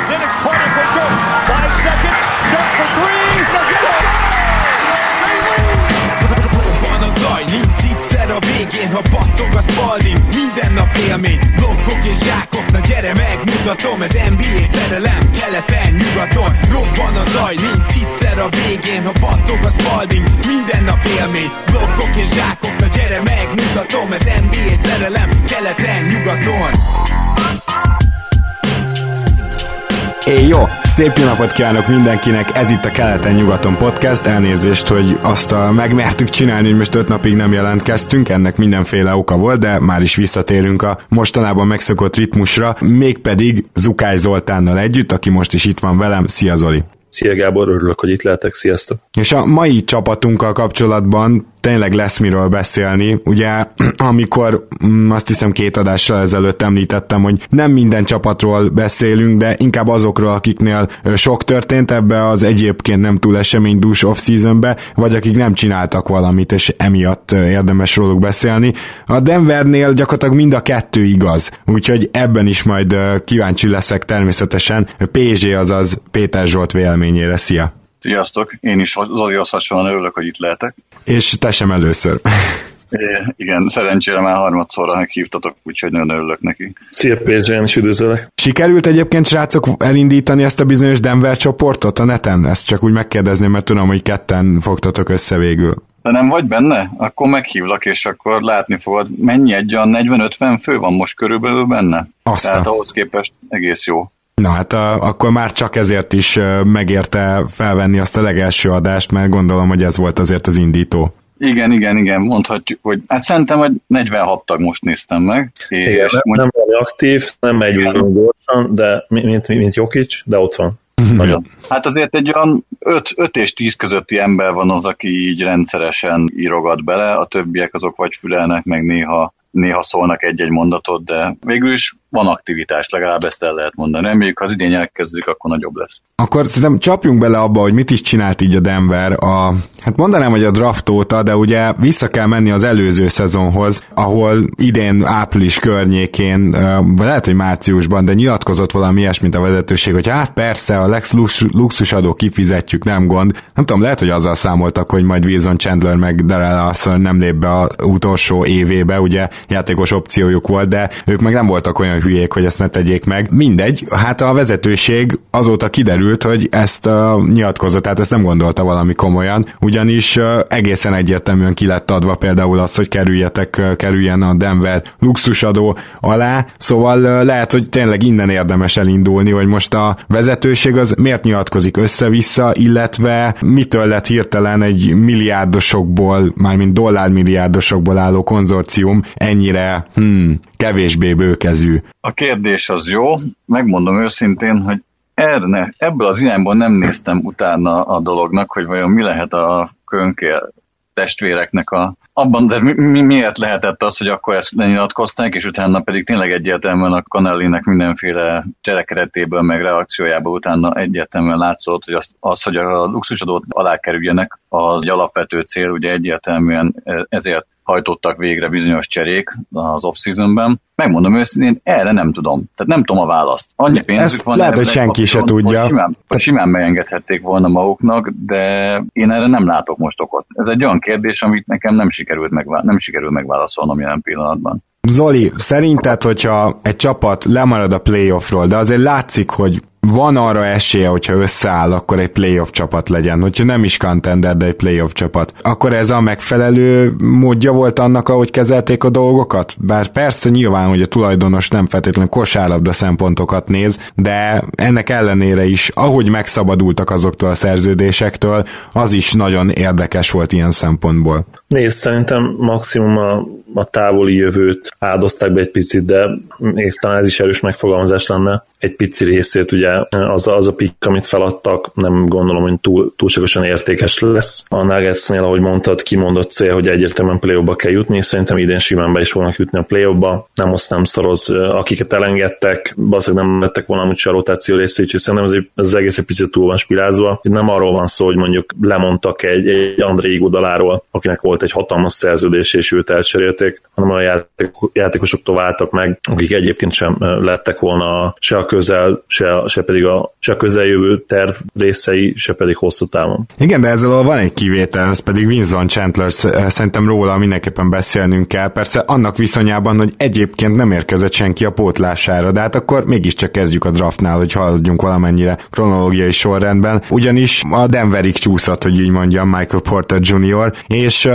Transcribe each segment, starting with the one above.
Then it's Carter for Dirk. 5 seconds. Dirk for three. Van a zaj, nincs egyszer a végén, ha battog a Spalding. Minden nap élmény, blokkok és zsákok. Na gyere megmutatom, ez NBA szerelem. Keleten, nyugaton, robban a zaj, nincs egyszer a végén, ha battog a Spalding. Minden nap élmény, blokkok és zsákok. Na gyere megmutatom, ez NBA szerelem. Keleten, nyugaton. Jó, szép jó napot kívánok mindenkinek, ez itt a Keleten-nyugaton podcast, elnézést, hogy azt megmertük csinálni, hogy most 5 napig nem jelentkeztünk, ennek mindenféle oka volt, de már is visszatérünk a mostanában megszokott ritmusra, mégpedig Zukály Zoltánnal együtt, aki most is itt van velem. Szia Zoli! Szia Gábor, örülök, hogy itt lehetek, sziasztok! És a mai csapatunkkal kapcsolatban tényleg lesz miről beszélni. Ugye, amikor azt hiszem 2 adással ezelőtt említettem, hogy nem minden csapatról beszélünk, de inkább azokról, akiknél sok történt ebbe az egyébként nem túl eseménydús off-seasonbe, vagy akik nem csináltak valamit, és emiatt érdemes róluk beszélni. A Denvernél gyakorlatilag mind a 2 igaz, úgyhogy ebben is majd kíváncsi leszek természetesen PZ, azaz Péter Zsolt véleményére. Szia! Sziasztok! Én is Zolihoz hasonlóan örülök, hogy itt lehetek. És te sem először. Igen, szerencsére már harmadszorra meghívtatok, úgyhogy nagyon örülök neki. Szia PZ, én is üdvözöllek. Sikerült egyébként, srácok, elindítani ezt a bizonyos Denver csoportot a neten? Ezt csak úgy megkérdezném, mert tudom, hogy 2 fogtatok össze végül. De nem vagy benne? Akkor meghívlak, és akkor látni fogod, mennyi egy olyan 40-50 fő van most körülbelül benne. Tehát ahhoz képest egész jó. Na hát akkor már csak ezért is megérte felvenni azt a legelső adást, mert gondolom, hogy ez volt azért az indító. Igen, mondhatjuk, hogy hát szerintem, hogy 46 tag most néztem meg. Igen, nem van aktív, nem megy úgy gyorsan, de mint Jokic, de ott van. Nagyon. Hát azért egy olyan 5 és 10 közötti ember van az, aki így rendszeresen írogat bele, a többiek azok vagy fülelnek, meg néha szólnak egy-egy mondatot, de végül is van aktivitás, legalább ezt el lehet mondani. Reméljük, ha az idén elkezdődik, akkor nagyobb lesz. Akkor szerintem csapjunk bele abba, hogy mit is csinált így a Denver. Hát mondanám, hogy a draft óta, de ugye vissza kell menni az előző szezonhoz, ahol idén április környékén, vagy lehet, hogy márciusban, de nyilatkozott valami ilyesmit a vezetőség, hogy hát persze, a luxusadó kifizetjük, nem gond. Nem tudom, lehet, hogy azzal számoltak, hogy majd Wilson Chandler meg Darrell Arthur nem lép be az utolsó évébe, ugye játékos opciójuk volt, de ők meg nem voltak olyan hülyék, hogy ezt ne tegyék meg. Mindegy, hát a vezetőség azóta kiderült, hogy ezt nyilatkozatát, ezt nem gondolta valami komolyan, ugyanis egészen egyértelműen ki lett adva például az, hogy kerüljen a Denver luxusadó alá, szóval lehet, hogy tényleg innen érdemes elindulni, hogy most a vezetőség az miért nyilatkozik össze-vissza, illetve mitől lett hirtelen egy milliárdosokból, mármint dollármilliárdosokból álló konzorcium ennyire kevésbé bőkezű. A kérdés az jó, megmondom őszintén, hogy ebből az irányból nem néztem utána a dolognak, hogy vajon mi lehet a Könkél testvéreknek abban, de miért lehetett az, hogy akkor ezt lenyilatkozták, és utána pedig tényleg egyértelműen a Connellynek mindenféle cserekeretéből, meg reakciójából utána egyértelműen látszott, hogy hogy a luxusadót alá kerüljenek, az egy alapvető cél, ugye egyértelműen ezért hajtottak végre bizonyos cserék az off-seasonben. Megmondom őszintén, erre nem tudom. Tehát nem tudom a választ. Annyi pénzük van, lehet, hogy senki se tudja. Simán megengedhették volna maguknak, de én erre nem látok most okot. Ez egy olyan kérdés, amit nekem nem sikerül megválaszolnom jelen pillanatban. Zoli, szerinted, hogyha egy csapat lemarad a playoffról, de azért látszik, hogy van arra esélye, hogyha összeáll, akkor egy playoff csapat legyen, hogyha nem is contender, de egy playoff csapat. Akkor ez a megfelelő módja volt annak, ahogy kezelték a dolgokat? Bár persze nyilván, hogy a tulajdonos nem feltétlenül kosárlabda szempontokat néz, de ennek ellenére is, ahogy megszabadultak azoktól a szerződésektől, az is nagyon érdekes volt ilyen szempontból. Nézd, szerintem maximum a távoli jövőt áldozták be egy picit, de talán ez is erős megfogalmazás lenne. Egy pici részét ugye az a pick, amit feladtak, nem gondolom, hogy túlságosan értékes lesz. A Nuggetsnél, ahogy mondtad, kimondott cél, hogy egyértelműen play-offba kell jutni, szerintem idén simán be is fognak jutni a play-offba. Nem azt nem szaroz, akiket elengedtek, valószínűleg nem lettek volna úgyse a rotáció része, úgyhogy szerintem ez az egész egy picit túl van spirázva. Itt nem arról van szó, hogy mondjuk lemondtak egy André Iguodaláról, akinek volt egy hatalmas szerződés, és őt elcserélték, hanem a játékosoktól váltak meg, akik egyébként sem lettek volna se a közel, se pedig se a közeljövő terv részei, se pedig hosszú távon. Igen, de ezzel van egy kivétel, ez pedig Winston Chandler, szerintem róla mindenképpen beszélnünk kell, persze annak viszonyában, hogy egyébként nem érkezett senki a pótlására, de hát akkor mégiscsak kezdjük a draftnál, hogy haladjunk valamennyire kronológiai sorrendben, ugyanis a Denverig csúszott, hogy így mondjam, Michael Porter Jr., és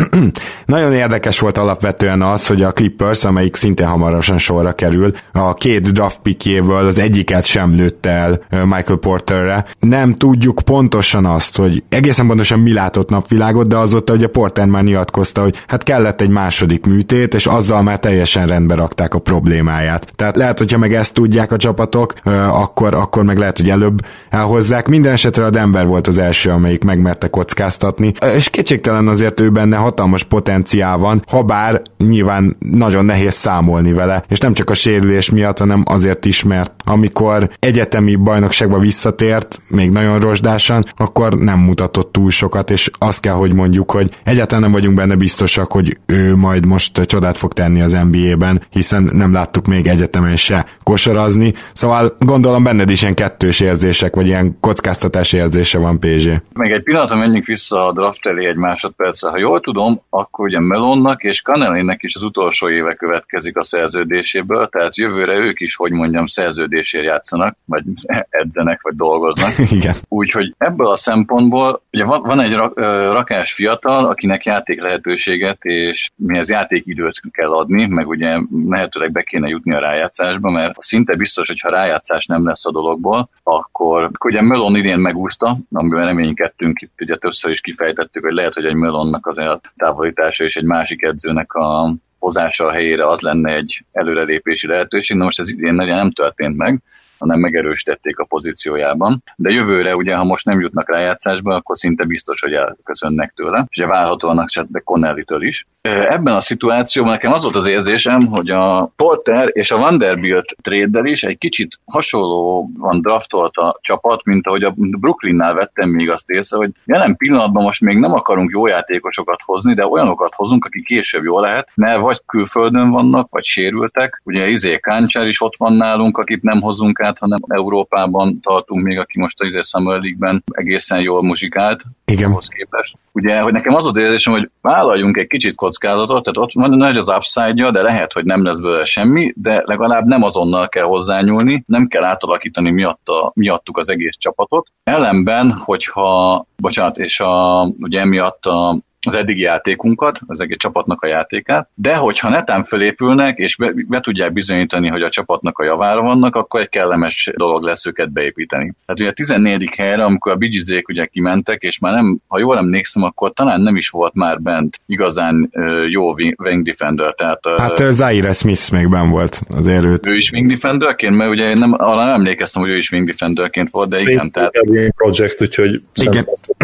nagyon érdekes volt alapvetően az, hogy a Clippers, amelyik szintén hamarosan sorra kerül, a 2 draft pickjéből az egyiket sem lőtte el Michael Porterre. Nem tudjuk pontosan azt, hogy egészen pontosan mi látott napvilágot, de azóta ugye Porter már nyilatkozta, hogy hát kellett egy második műtét, és azzal már teljesen rendbe rakták a problémáját. Tehát lehet, hogyha meg ezt tudják a csapatok, akkor meg lehet, hogy előbb elhozzák. Minden esetre a Denver volt az első, amelyik megmerte kockáztatni, és kétségtelen azért ő benne hatalmas potenciál van, habár nyilván nagyon nehéz számolni vele, és nem csak a sérülés miatt, hanem azért is, mert amikor egyetemi bajnokságba visszatért, még nagyon rozsdásan, akkor nem mutatott túl sokat, és azt kell, hogy mondjuk, hogy egyáltalán nem vagyunk benne biztosak, hogy ő majd most csodát fog tenni az NBA-ben, hiszen nem láttuk még egyetemen se kosarazni, szóval gondolom benned is ilyen kettős érzések, vagy ilyen kockáztatás érzése van, PZ. Meg egy pillanatra menjünk vissza a draft elé egy másodpercre. Ha jól tudom, akkor ugye Melonnak és Connellynek is az utolsó éve következik a szerződéséből, tehát jövőre ők is, hogy mondjam, szerződésért játszanak, vagy edzenek, vagy dolgoznak. Igen. Úgyhogy ebből a szempontból ugye van egy rakás fiatal, akinek játék lehetőséget és mihez játékidőt kell adni, meg ugye lehetőleg be kéne jutni a rájátszásba, mert szinte biztos, hogy ha rájátszás nem lesz a dologból, akkor ugye Melon idén megúszta, amiben reménykedtünk, itt ugye többször is kifejtettük, hogy lehet, hogy egy Melonnak az eltávolítása és egy másik edzőnek a hozása a helyére az lenne egy előrelépési lehetőség, na most ez idén nem történt meg, hanem megerősítették a pozíciójában. De jövőre ugye, ha most nem jutnak rájátszásba, akkor szinte biztos, hogy elköszönnek tőle, és várhatóan esetleg Connellytől is. Ebben a szituációban nekem az volt az érzésem, hogy a Porter és a Vanderbilt trade-del is egy kicsit hasonlóan draftolt a csapat, mint ahogy a Brooklynnál vettem még azt észre, hogy jelen pillanatban most még nem akarunk jó játékosokat hozni, de olyanokat hozunk, akik később jól lehet, mert vagy külföldön vannak, vagy sérültek. Ugye Káncsár is ott van nálunk, akit nem hozunk át, hanem Európában tartunk még, aki most a Summer League-ben egészen jól muzsikált. Igen. Képest. Ugye, hogy nekem az az érzésem, hogy vállaljunk egy kicsit kockázatot, tehát ott van nagy az upside-ja, de lehet, hogy nem lesz belőle semmi, de legalább nem azonnal kell hozzányúlni, nem kell átalakítani miattuk az egész csapatot. Ellenben, hogyha, és ugye emiatt az eddigi játékunkat, az egész csapatnak a játékát, de hogyha netán fölépülnek, és be tudják bizonyítani, hogy a csapatnak a javára vannak, akkor egy kellemes dolog lesz őket beépíteni. Tehát ugye a 14. helyre, amikor a Bee Geesék ugye kimentek, és már nem, ha jól emlékszem, akkor talán nem is volt már bent igazán jó wing defender. Tehát, hát Zaire Smith még benn volt az erőt. Ő is wing defenderként, mert ugye nem emlékeztem, hogy ő is wing defenderként volt, de igen. Tehát... Project, úgyhogy igen.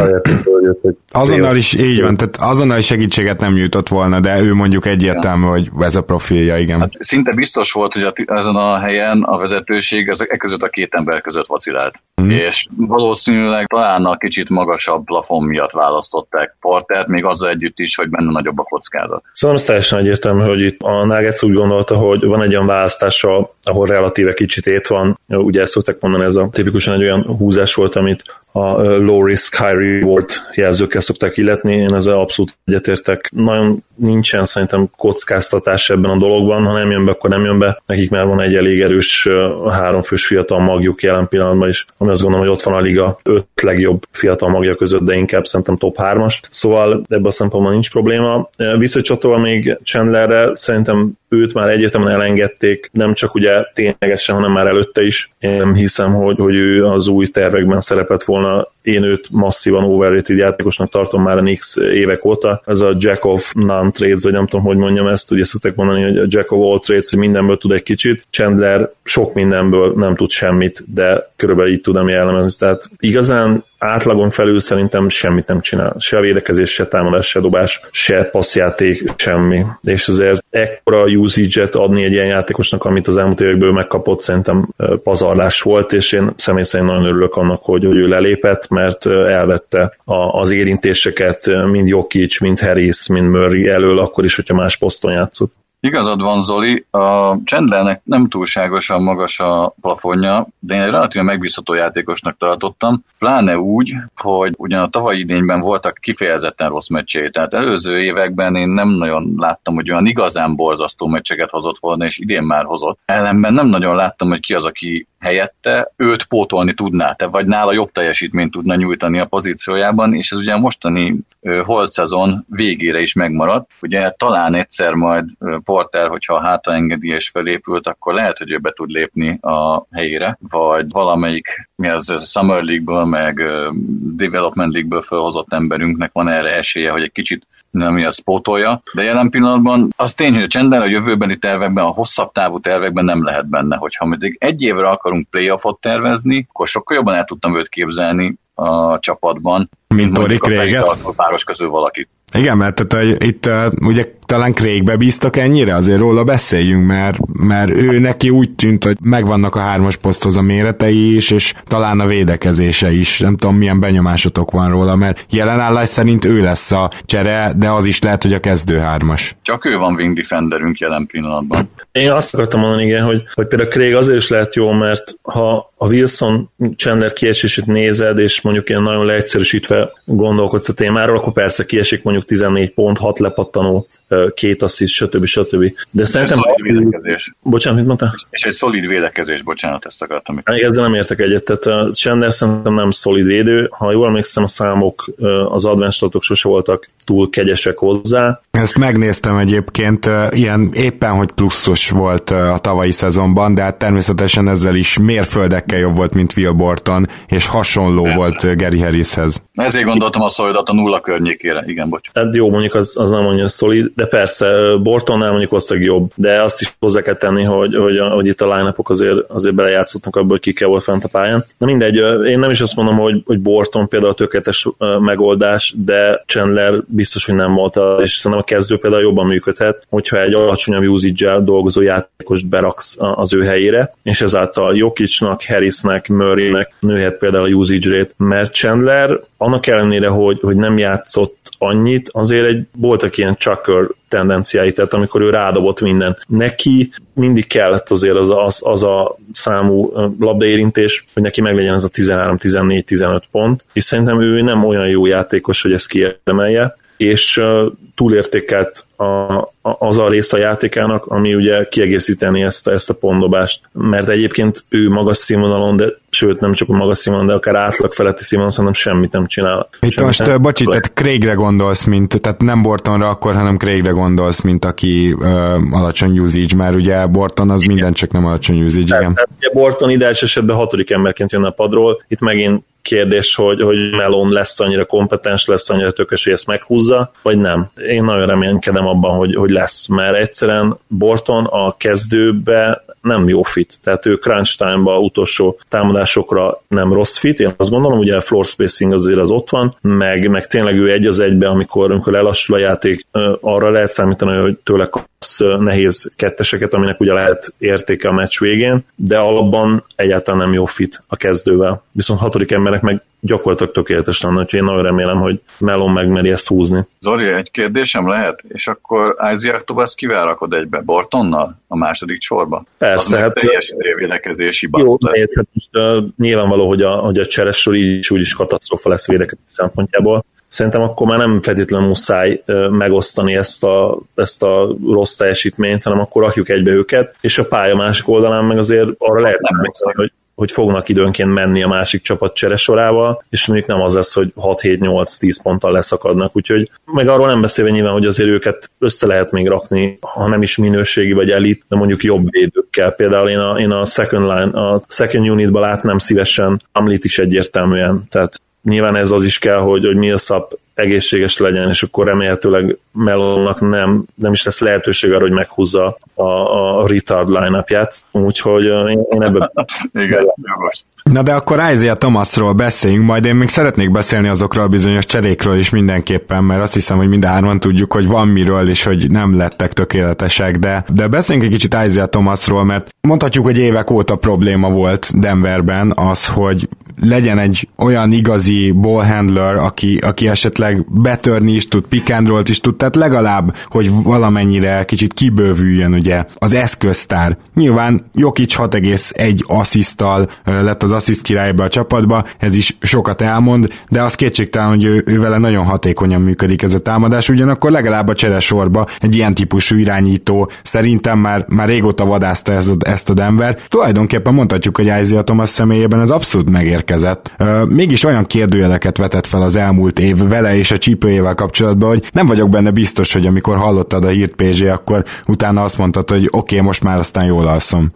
Azonnal is így van, tehát azonnal segítséget nem nyújtott volna, de ő mondjuk egyértelmű, hogy ez a profilja, igen. Hát szinte biztos volt, hogy ezen a helyen a vezetőség között a két ember között vacilált. És valószínűleg talán a kicsit magasabb plafon miatt választották Portert, még azzal együtt is, hogy benne nagyobb a kockázat. Szerintem ez teljesen egyértelmű, hogy itt a Nuggets úgy gondolta, hogy van egy olyan választása, ahol relatíve kicsit ét van. Ugye ezt szokták mondani, ez a tipikusan egy olyan húzás volt, amit a low risk, high reward jelzőkkel szokták illetni, én ezzel abszolút egyetértek. Nagyon nincsen szerintem kockáztatás ebben a dologban, ha nem jön be, akkor nem jön be. Nekik már van egy elég erős 3 fős fiatal magjuk jelen pillanatban is, ami azt gondolom, hogy ott van a liga 5 legjobb fiatal magja között, de inkább szerintem top 3-as. Szóval ebben a szempontból nincs probléma. Visszacsatolva még Chandlerre, szerintem őt már egyértelműen elengedték, nem csak ugye ténylegesen, hanem már előtte is. Én nem hiszem, hogy ő az új tervekben szerepelt volna. Én őt masszívan overrated játékosnak tartom már a Knicks évek óta. Ez a Jack of none trades, vagy nem tudom, hogy mondjam ezt, ugye szokták mondani, hogy a Jack of all trades, hogy mindenből tud egy kicsit. Chandler sok mindenből nem tud semmit, de körülbelül így tudom jellemezni. Tehát igazán átlagon felül szerintem semmit nem csinál. Se a védekezés, se támadás, se dobás, se passzjáték, semmi. És azért ekkora usage-et adni egy ilyen játékosnak, amit az elmúlt évekből megkapott, szerintem pazarlás volt, és én személy szerint nagyon örülök annak, hogy ő lelépett, mert elvette az érintéseket mind Jokic, mind Harris, mind Murray elől, akkor is, hogyha más poszton játszott. Igazad van, Zoli, a Chandlernek nem túlságosan magas a plafonja, de én egy relatíve megbízható játékosnak tartottam, pláne úgy, hogy ugyan a tavalyi idényben voltak kifejezetten rossz meccsei, tehát előző években én nem nagyon láttam, hogy olyan igazán borzasztó meccseket hozott volna, és idén már hozott. Ellenben nem nagyon láttam, hogy ki az, aki helyette őt pótolni tudná, vagy nála jobb teljesítményt tudna nyújtani a pozíciójában, és ez ugye a mostani holt szezon végére is megmaradt. Ugye talán egyszer majd Porter, hogyha hátraengedi és felépült, akkor lehet, hogy ő be tud lépni a helyére, vagy valamelyik Summer League-ből, meg Development League-ből felhozott emberünknek van erre esélye, hogy egy kicsit nem az pótolja, de jelen pillanatban az tény, hogy a Chandler a jövőbeni tervekben, a hosszabb távú tervekben nem lehet benne, hogyha még egy évre akarunk playoffot tervezni, akkor sokkal jobban el tudtam őt képzelni a csapatban, mint Torrey Craig-et. A páros közül valakit. Igen, mert tehát, itt ugye talán Craigbe bíztak ennyire, azért róla beszéljünk, mert ő neki úgy tűnt, hogy megvannak a 3-as poszthoz a méretei is, és talán a védekezése is. Nem tudom, milyen benyomásotok van róla, mert jelen állás szerint ő lesz a csere, de az is lehet, hogy a kezdő 3-as. Csak ő van wing defenderünk jelen pillanatban. Én azt akartam mondani, igen, hogy például Craig azért is lehet jó, mert ha a Wilson Chandler kiesését nézed, és mondjuk ilyen nagyon leegyszerűsítve gondolkodsz a témáról, akkor persze kiesik mondjuk 14 pont, 6 lepattanó, 2 assziszt, stb. De szerintem... Bocsánat, mit mondtál? És egy szolid védekezés, bocsánat, ezt akartam. Ezzel nem értek egyet, tehát Chandler szerintem nem szolid védő. Ha jól emlékszem, a számok, az advanced-statok sose voltak túl kegyesek hozzá. Ezt megnéztem egyébként, ilyen éppen, hogy pluszos volt a tavalyi szezonban, de hát természetesen ezzel is mérföldekkel jobb volt, mint Will Borton, és hasonló volt Gary Harrishez. Ezért gondoltam a szolidat a 0 környékére. Igen, bocs. Hát jó, mondjuk az nem annyira szolid, de persze Bortonnál mondjuk valószínűleg jobb, de azt is hozzá kell tenni, hogy itt a line-upok azért belejátszottak abból, hogy ki kell volt fent a pályán. Na mindegy, én nem is azt mondom, hogy Borton például a tökéletes megoldás, de Chandler biztos, hogy nem volt, és szerintem a kezdő például jobban működhet, hogyha egy alacsonyabb usage-el dolgozó játékost beraksz az ő helyére, és ezáltal Jokicnak, Harrisnek, Murraynek nőhet például a usage rate, mert Chandler annak ellenére, hogy nem játszott annyit, azért voltak ilyen chucker tendenciái, tehát amikor ő rádobott minden. Neki mindig kellett azért az a számú labdaérintés, hogy neki meglegyen ez a 13-14-15 pont, és szerintem ő nem olyan jó játékos, hogy ezt kiérdemelje, és túlértékelt az a rész a játékának, ami ugye kiegészíteni ezt a pontdobást, mert egyébként ő magas színvonalon, de sőt nem csak a magas színvonalon, de akár átlag feletti színvonalon szerintem semmit nem csinál. Itt most, bocsi, tehát Craigre gondolsz, tehát nem Bortonra akkor, hanem Craigre gondolsz, mint aki alacsony usage, mert ugye Borton az minden csak nem alacsony usage, igen. Tehát, ugye Borton ideális esetben 6. emberként jönne a padról, itt megint kérdés, hogy Melon lesz annyira kompetens, lesz annyira tökös, hogy ezt meghúzza, vagy nem. Én nagyon reménykedem abban, hogy lesz, mert egyszerűen Borton a kezdőbe nem jó fit, tehát ő crunch time-ba utolsó támadásokra nem rossz fit, én azt gondolom, ugye a floor spacing azért az ott van, meg tényleg ő 1-1-be, amikor lelassul a játék, arra lehet számítani, hogy tőle kapsz nehéz ketteseket, aminek ugye lehet értéke a meccs végén, de alapban egyáltalán nem jó fit a kezdővel. Viszont 6. embernek meg gyakorlatilag tökéletes lenne, úgyhogy én nagyon remélem, hogy Melon megmeri ezt húzni. Zoli, egy kérdésem lehet? És akkor Isaiah Thomas kivel rakod egybe? Bortonnal? A második sorba? Persze. Hát teljes védekezési baszt lesz. Hát most, nyilvánvaló, hogy a cseresről így is katasztrófa lesz védekezés szempontjából. Szerintem akkor már nem feltétlenül muszáj megosztani ezt a rossz teljesítményt, hanem akkor rakjuk egybe őket, és a pálya másik oldalán meg azért arra lehet hogy fognak időnként menni a másik csapat cseresorával, és mondjuk nem az lesz, hogy 6-7-8-10 ponttal leszakadnak, úgyhogy meg arról nem beszélve nyilván, hogy azért őket össze lehet még rakni, ha nem is minőségi vagy elit, de mondjuk jobb védőkkel. Például én a second unitba látnám szívesen Hamlit is egyértelműen, tehát nyilván ez az is kell, hogy Millsap egészséges legyen, és akkor remélhetőleg Melonnak nem is lesz lehetőség arra, hogy meghúzza a retard line-upját, úgyhogy én ebben... Igen, jogos. Na de akkor Isaiah Thomasról beszéljünk, majd én még szeretnék beszélni azokról a bizonyos cserékről is mindenképpen, mert azt hiszem, hogy mind a hárman tudjuk, hogy van miről, és hogy nem lettek tökéletesek, de beszéljünk egy kicsit Isaiah Thomasról, mert mondhatjuk, hogy évek óta probléma volt Denverben az, hogy legyen egy olyan igazi ballhandler, aki esetleg betörni is tud, pick and roll-t is tud, tehát legalább, hogy valamennyire kicsit kibővüljön ugye az eszköztár. Nyilván Jokic 6,1 assziszttal lett az assziszt királyba a csapatba, ez is sokat elmond, de az kétségtelen, hogy ő vele nagyon hatékonyan működik ez a támadás, ugyanakkor legalább a cseresorba egy ilyen típusú irányító szerintem már régóta vadászta ezt a Denver. Tulajdonképpen mondhatjuk, hogy Isaiah Thomas személyében ez abszolút megérkezett. Mégis olyan kérdőjeleket vetett fel az elmúlt év vele és a csípőjével kapcsolatban, hogy nem vagyok benne biztos, hogy amikor hallottad a hírt PG, akkor utána azt mondtad, hogy oké, most már aztán jól alszom.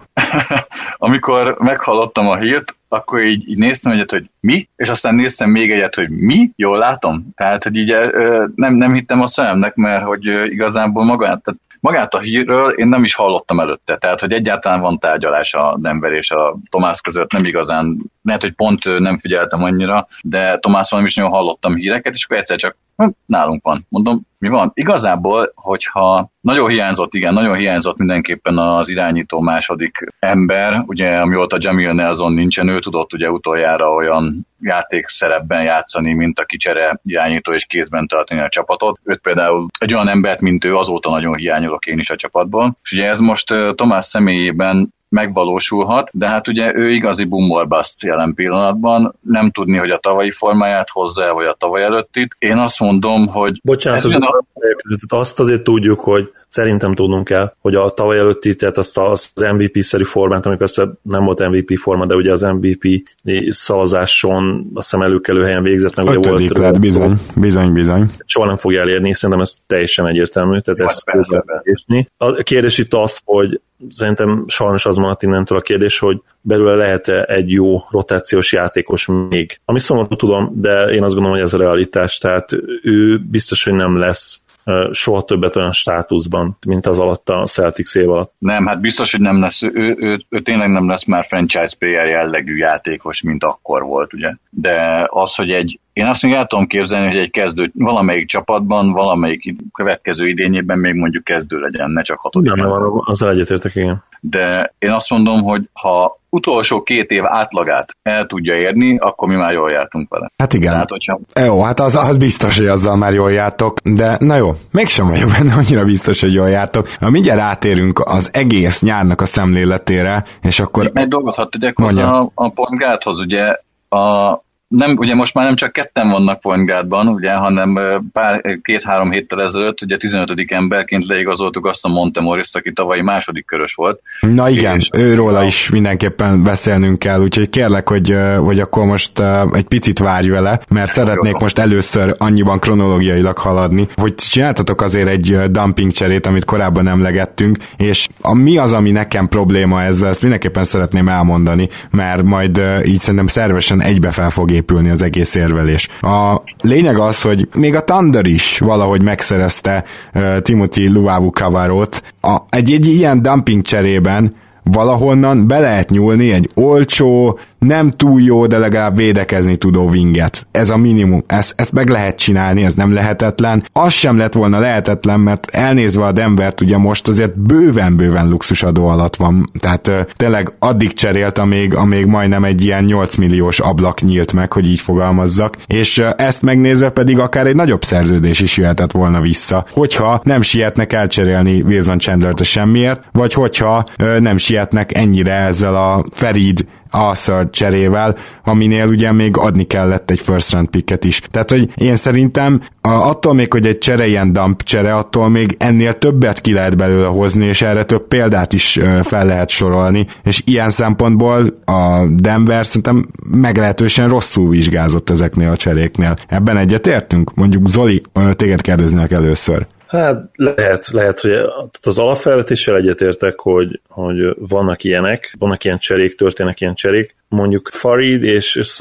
Amikor meghallottam a hírt, akkor így néztem egyet, hogy mi, és aztán néztem még egyet, hogy mi, jól látom? Tehát, hogy így nem hittem a szememnek, mert hogy igazából magát a hírről én nem is hallottam előtte, tehát, hogy egyáltalán van tárgyalás a Denver és a Thomas között, nem igazán, lehet, hogy pont nem figyeltem annyira, de Thomasról nem is nagyon hallottam híreket, és akkor egyszer csak nálunk van. Mondom, mi van? Igazából, hogyha nagyon hiányzott mindenképpen az irányító második ember, ugye amióta Jamil Nelson nincsen, ő tudott ugye utoljára olyan játékszerepben játszani, mint aki csere irányító és kézben tartani a csapatot. Őt például egy olyan embert, mint ő, azóta nagyon hiányolok én is a csapatból. És ugye ez most Thomas személyében megvalósulhat, de hát ugye ő igazi boom or bust jelen pillanatban, nem tudni, hogy a tavalyi formáját hozza, vagy a tavaly előttit. Én azt mondom, hogy... Bocsánat, azt azért tudjuk, hogy szerintem tudnunk kell, hogy a tavaly előtti, tehát azt az MVP-szerű formát, ami persze nem volt MVP forma, de ugye az MVP szavazáson azt hiszem előkelő helyen végzett, meg ugye volt... lett, bizony. Soha nem fogja elérni, szerintem ez teljesen egyértelmű, tehát ezt kérdésni. A kérdés itt az, hogy szerintem sajnos az maradt innentől a kérdés, hogy belőle lehet-e egy jó rotációs játékos még. Ami szomorú tudom, de én azt gondolom, hogy ez a realitás, tehát ő biztos, hogy nem lesz soha többet olyan státuszban, mint az alatt a Celtics év alatt. Nem, hát biztos, hogy nem lesz. Ő tényleg nem lesz már franchise player jellegű játékos, mint akkor volt, ugye. De az, hogy én azt még el tudom képzelni, hogy egy kezdő valamelyik csapatban, valamelyik következő idényében még mondjuk kezdő legyen, ne csak hatodik. Nem, azzal egyetértek, igen. De én azt mondom, hogy ha utolsó 2 év átlagát el tudja érni, akkor mi már jól jártunk vele. Hát igen. Tehát, hogyha... Jó, hát az biztos, hogy azzal már jól jártok, de na jó, mégsem vagyok benne annyira biztos, hogy jól jártok. Mindjárt átérünk az egész nyárnak a szemléletére, és akkor... Egy dolgot hadd tegyek hozzá a point guardhoz, ugye ugye most már nem csak ketten vannak point guardban, ugye, hanem 2-3 héttel ezelőtt, ugye 15. emberként leigazoltuk azt a Montemorist, aki tavalyi második körös volt. Na igen, őróla is mindenképpen beszélnünk kell, úgyhogy kérlek, hogy akkor most egy picit várj vele, mert szeretnék most először annyiban kronológiailag haladni, hogy csináltatok azért egy dumping cserét, amit korábban emlegettünk, és mi az, ami nekem probléma ezzel, ezt mindenképpen szeretném elmondani, mert majd így szerintem szervesen egybe fel fog épülni az egész érvelés. A lényeg az, hogy még a Thunder is valahogy megszerezte Timothy Luwawu-Cabarrot. Egy ilyen dumping cserében valahonnan be lehet nyúlni egy olcsó, nem túl jó, de legalább védekezni tudó winget. Ez a minimum. Ezt meg lehet csinálni, ez nem lehetetlen. Az sem lett volna lehetetlen, mert elnézve a Denvert ugye most azért bőven luxusadó alatt van. Tehát tényleg addig cserélt, amíg majdnem egy ilyen 8 milliós ablak nyílt meg, hogy így fogalmazzak. És ezt megnézve pedig akár egy nagyobb szerződés is jöhetett volna vissza. Hogyha nem sietnek elcserélni Wilson Chandlert a semmiért, vagy hogyha nem sietnek ennyire ezzel a Farid Arthur cserével, aminél ugye még adni kellett egy first round picket is. Tehát, hogy én szerintem attól még, hogy egy csere ilyen dump csere, attól még ennél többet ki lehet belőle hozni, és erre több példát is fel lehet sorolni, és ilyen szempontból a Denver szerintem meglehetősen rosszul vizsgázott ezeknél a cseréknél. Ebben egyetértünk? Mondjuk Zoli, téged kérdeznek először. Hát lehet, hogy az alapfelvetéssel egyetértek, hogy vannak ilyen cserék, történnek ilyen cserék. Mondjuk Farid, és hiszem, hogy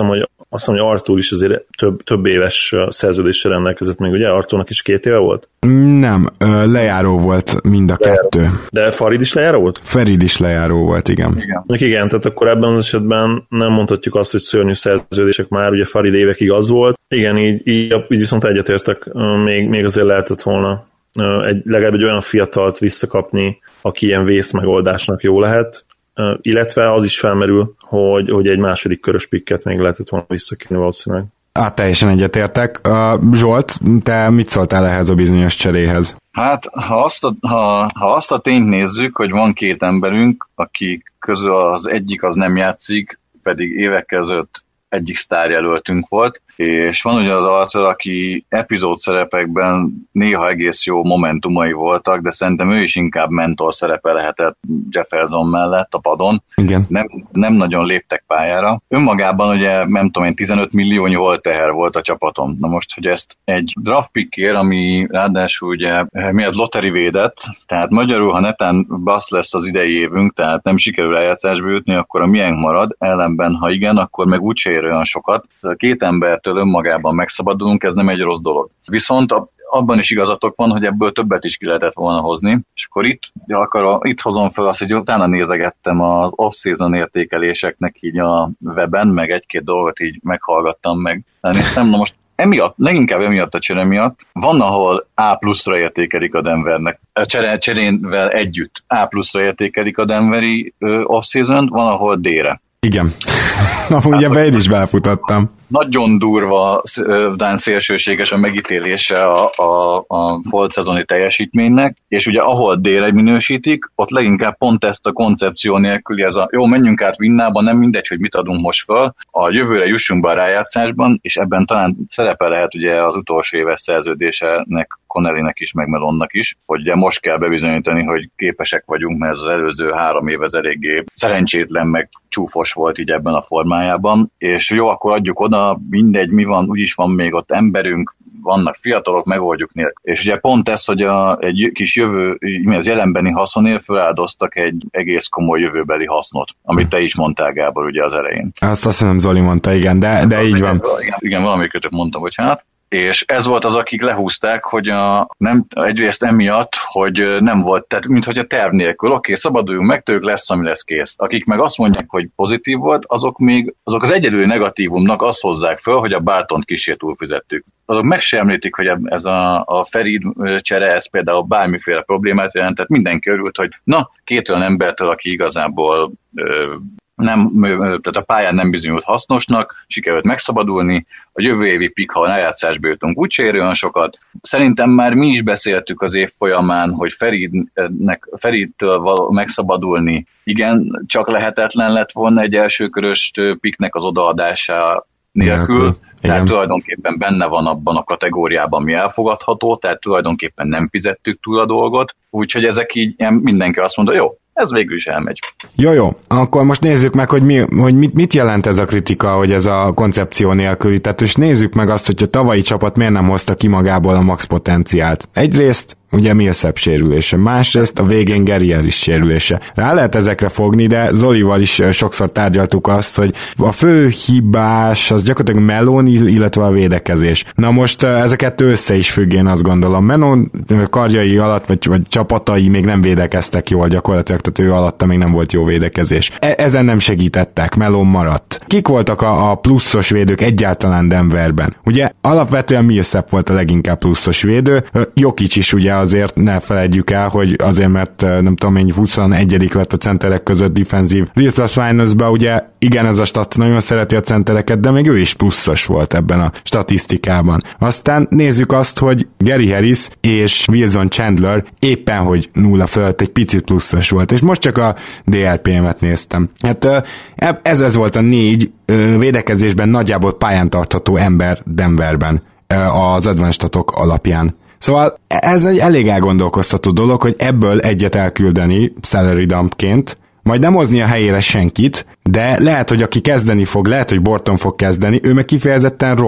azt mondom, hogy Arthur is azért több éves szerződéssel rendelkezett még, ugye? Arthurnak is 2 éve volt? Nem, lejáró volt mind a kettő. De Farid is lejáró volt? Farid is lejáró volt, igen. Igen, tehát akkor ebben az esetben nem mondhatjuk azt, hogy szörnyű szerződések már, ugye Farid évekig az volt. Igen, így viszont egyetértek, még azért lehetett volna legalább egy olyan fiatalt visszakapni, aki ilyen vészmegoldásnak jó lehet, illetve az is felmerül, hogy egy második körös pikket még lehetett volna visszakérni valószínűleg. Teljesen egyetértek. Zsolt, te mit szóltál ehhez a bizonyos cseréhez? Hát, ha azt a tényt nézzük, hogy van 2 emberünk, akik közül az egyik az nem játszik, pedig évekkel ezelőtt egyik sztárjelöltünk volt, és van ugye az Arthur, aki epizód szerepekben néha egész jó momentumai voltak, de szerintem ő is inkább mentor szerepe lehetett Jefferson mellett a padon. Igen. Nem nagyon léptek pályára. Önmagában ugye, nem tudom én, 15 milliónyi holteher volt a csapatom. Na most, hogy ezt egy draft pickért, ami ráadásul ugye miért lottery védett, tehát magyarul, ha netán basz lesz az idei évünk, tehát nem sikerül eljátszásba jutni, akkor a miénk marad, ellenben, ha igen, akkor meg úgyse ér olyan sokat. 2 embertől önmagában megszabadulunk, ez nem egy rossz dolog. Viszont abban is igazatok van, hogy ebből többet is ki lehetett volna hozni, és akkor itt hozom fel azt, hogy utána nézegettem az off-season értékeléseknek így a weben, meg 1-2 dolgot így meghallgattam meg. Néztem, na most leginkább emiatt a csere miatt, van, ahol A+-ra értékelik a Denvernek, cserénvel együtt A+-ra értékelik a Denveri off-season-t, van, ahol D-re. Igen. Amúgy ebbe én is belefutottam. Nagyon durva, dán szélsőséges a megítélése a holt szezoni teljesítménynek, és ugye ahol D-re minősítik, ott leginkább pont ezt a koncepció nélküli, ez jó, menjünk át Vinnába, nem mindegy, hogy mit adunk most föl, a jövőre jussunk be a rájátszásban, és ebben talán szerepe lehet ugye az utolsó éves szerződésének, Connellynek is, meg Melonnak is, hogy ugye most kell bebizonyítani, hogy képesek vagyunk, mert az előző 3 év ez eléggé szerencsétlen, meg csúfos volt így ebben a formájában, és jó, akkor adjuk oda, mindegy, mi van, úgyis van még ott emberünk, vannak fiatalok, megoldjuk nélkül. És ugye pont ez, hogy egy kis az jelenbeni haszonért feláldoztak egy egész komoly jövőbeli hasznot, amit te is mondtál, Gábor, ugye az elején. Azt hiszem Zoli mondta, igen, de így van. Igen, valamelyikötök mondtam, bocsánat. És ez volt az, akik lehúzták, hogy egyrészt emiatt, hogy nem volt, tehát minthogy a terv nélkül, oké, szabaduljunk meg, tőlük lesz, ami lesz, kész. Akik meg azt mondják, hogy pozitív volt, azok az egyedüli negatívumnak azt hozzák föl, hogy a Bartont kissé túlfizettük. Azok meg sem említik, hogy ez a Farid csere, ez például bármiféle problémát jelent, tehát mindenki örült, hogy 2 olyan embertől, aki igazából tehát a pályán nem bizonyult hasznosnak, sikerült megszabadulni, a jövő évi pick, ha a rájátszásba jutunk, úgyse ér olyan sokat. Szerintem már mi is beszéltük az év folyamán, hogy Faridtől való megszabadulni, igen, csak lehetetlen lett volna egy elsőkörös picknek az odaadása nélkül. Tehát tulajdonképpen benne van abban a kategóriában, mi elfogadható, tehát tulajdonképpen nem fizettük túl a dolgot, úgyhogy ezek így mindenki azt mondta, jó, ez végül is elmegy. Jó, akkor most nézzük meg, hogy mit jelent ez a kritika, hogy ez a koncepció nélküli, tehát és nézzük meg azt, hogy a tavalyi csapat miért nem hozta ki magából a max potenciált. Egyrészt ugye Millsap sérülése, másrészt a végén Gary Harris sérülése. Rá lehet ezekre fogni, de Zolival is sokszor tárgyaltuk azt, hogy a fő hibás az gyakorlatilag Melon, illetve a védekezés. Na most ez a kettő össze is függ, én azt gondolom. Melon kardjai alatt, vagy csapatai még nem védekeztek jól gyakorlatilag, tehát ő alatta még nem volt jó védekezés. Ezen nem segítettek, Melon maradt. Kik voltak a pluszos védők egyáltalán Denverben? Ugye alapvetően Millsap volt a leginkább pluszos védő, Jokic is ugye azért ne felejtjük el, hogy azért, mert nem tudom én 21. lett a centerek között defensív Real Plus Minus-ba, ugye igen, ez a stat nagyon szereti a centereket, de még ő is pluszos volt ebben a statisztikában. Aztán nézzük azt, hogy Gary Harris és Wilson Chandler éppen, hogy 0 fölött egy picit pluszos volt, és most csak a DRPM-et néztem. Hát ez volt a 4 védekezésben nagyjából pályán tartható ember Denverben az advanced statok alapján. Szóval ez egy elég elgondolkoztató dolog, hogy ebből egyet elküldeni salary dumpként, majd nem hozni a helyére senkit, de lehet, hogy aki kezdeni fog, lehet, hogy Borton fog kezdeni, ő meg kifejezetten rossz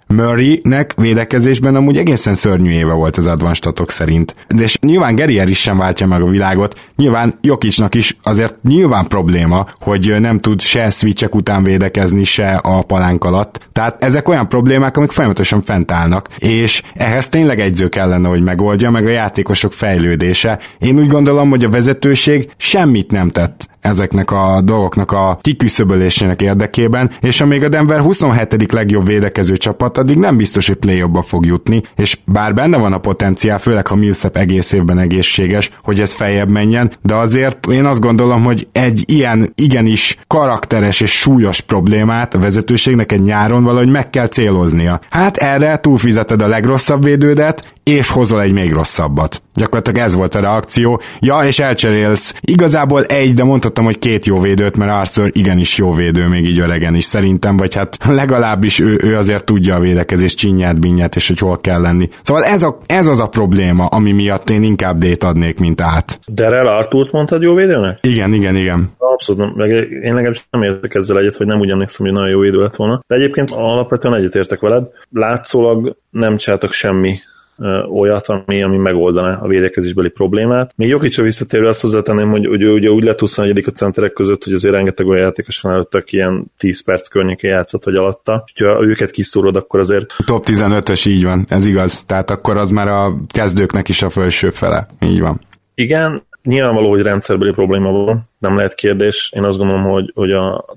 Murraynek védekezésben amúgy egészen szörnyű éve volt az advanced statok szerint. És nyilván Guerrier is sem váltja meg a világot, nyilván Jokicnak is azért nyilván probléma, hogy nem tud se switchek után védekezni, se a palánk alatt. Tehát ezek olyan problémák, amik folyamatosan fent állnak, és ehhez tényleg egyző kellene, hogy megoldja, meg a játékosok fejlődése. Én úgy gondolom, hogy a vezetőség semmit nem tett ezeknek a dolgoknak a kiküszöbölésének érdekében, és amíg a Denver 27. legjobb védekező csapat, addig nem biztos, hogy play-offba fog jutni, és bár benne van a potenciál, főleg ha Millsap egész évben egészséges, hogy ez feljebb menjen, de azért én azt gondolom, hogy egy ilyen igenis karakteres és súlyos problémát a vezetőségnek egy nyáron valahogy meg kell céloznia. Hát erre túlfizeted a legrosszabb védődet, és hozol egy még rosszabbat. Gyakorlatilag ez volt a reakció. Ja, és elcserélsz igazából de mondhattam, hogy 2 jó védőt, mert Arthur igenis jó védő, még így öregen is szerintem, vagy hát legalábbis ő azért tudja a védekezés csinyát, binyát, és hogy hol kell lenni. Szóval ez az a probléma, ami miatt én inkább D-t adnék, mint át. Darrell Arthurt mondtad jó védőnek? Igen. Abszolút, én legalábbis nem értek ezzel egyet, vagy nem úgy emlékszem, hogy nagyon jó védő lett volna. De egyébként alapvetően egyetértek veled. Látszólag nem csináltak semmi olyat, ami megoldaná a védekezésbeli problémát. Még Jokicra visszatérve azt hozzátenném, hogy ugye úgy lett 21. a centerek között, hogy azért rengeteg olyan játékos van előttek, ilyen 10 perc környékén játszott, vagy alatta. Ha őket kiszúrod, akkor azért... Top 15-ös, így van, ez igaz. Tehát akkor az már a kezdőknek is a felső fele. Így van. Igen, nyilvánvaló, hogy rendszerbeli probléma van, nem lehet kérdés. Én azt gondolom, hogy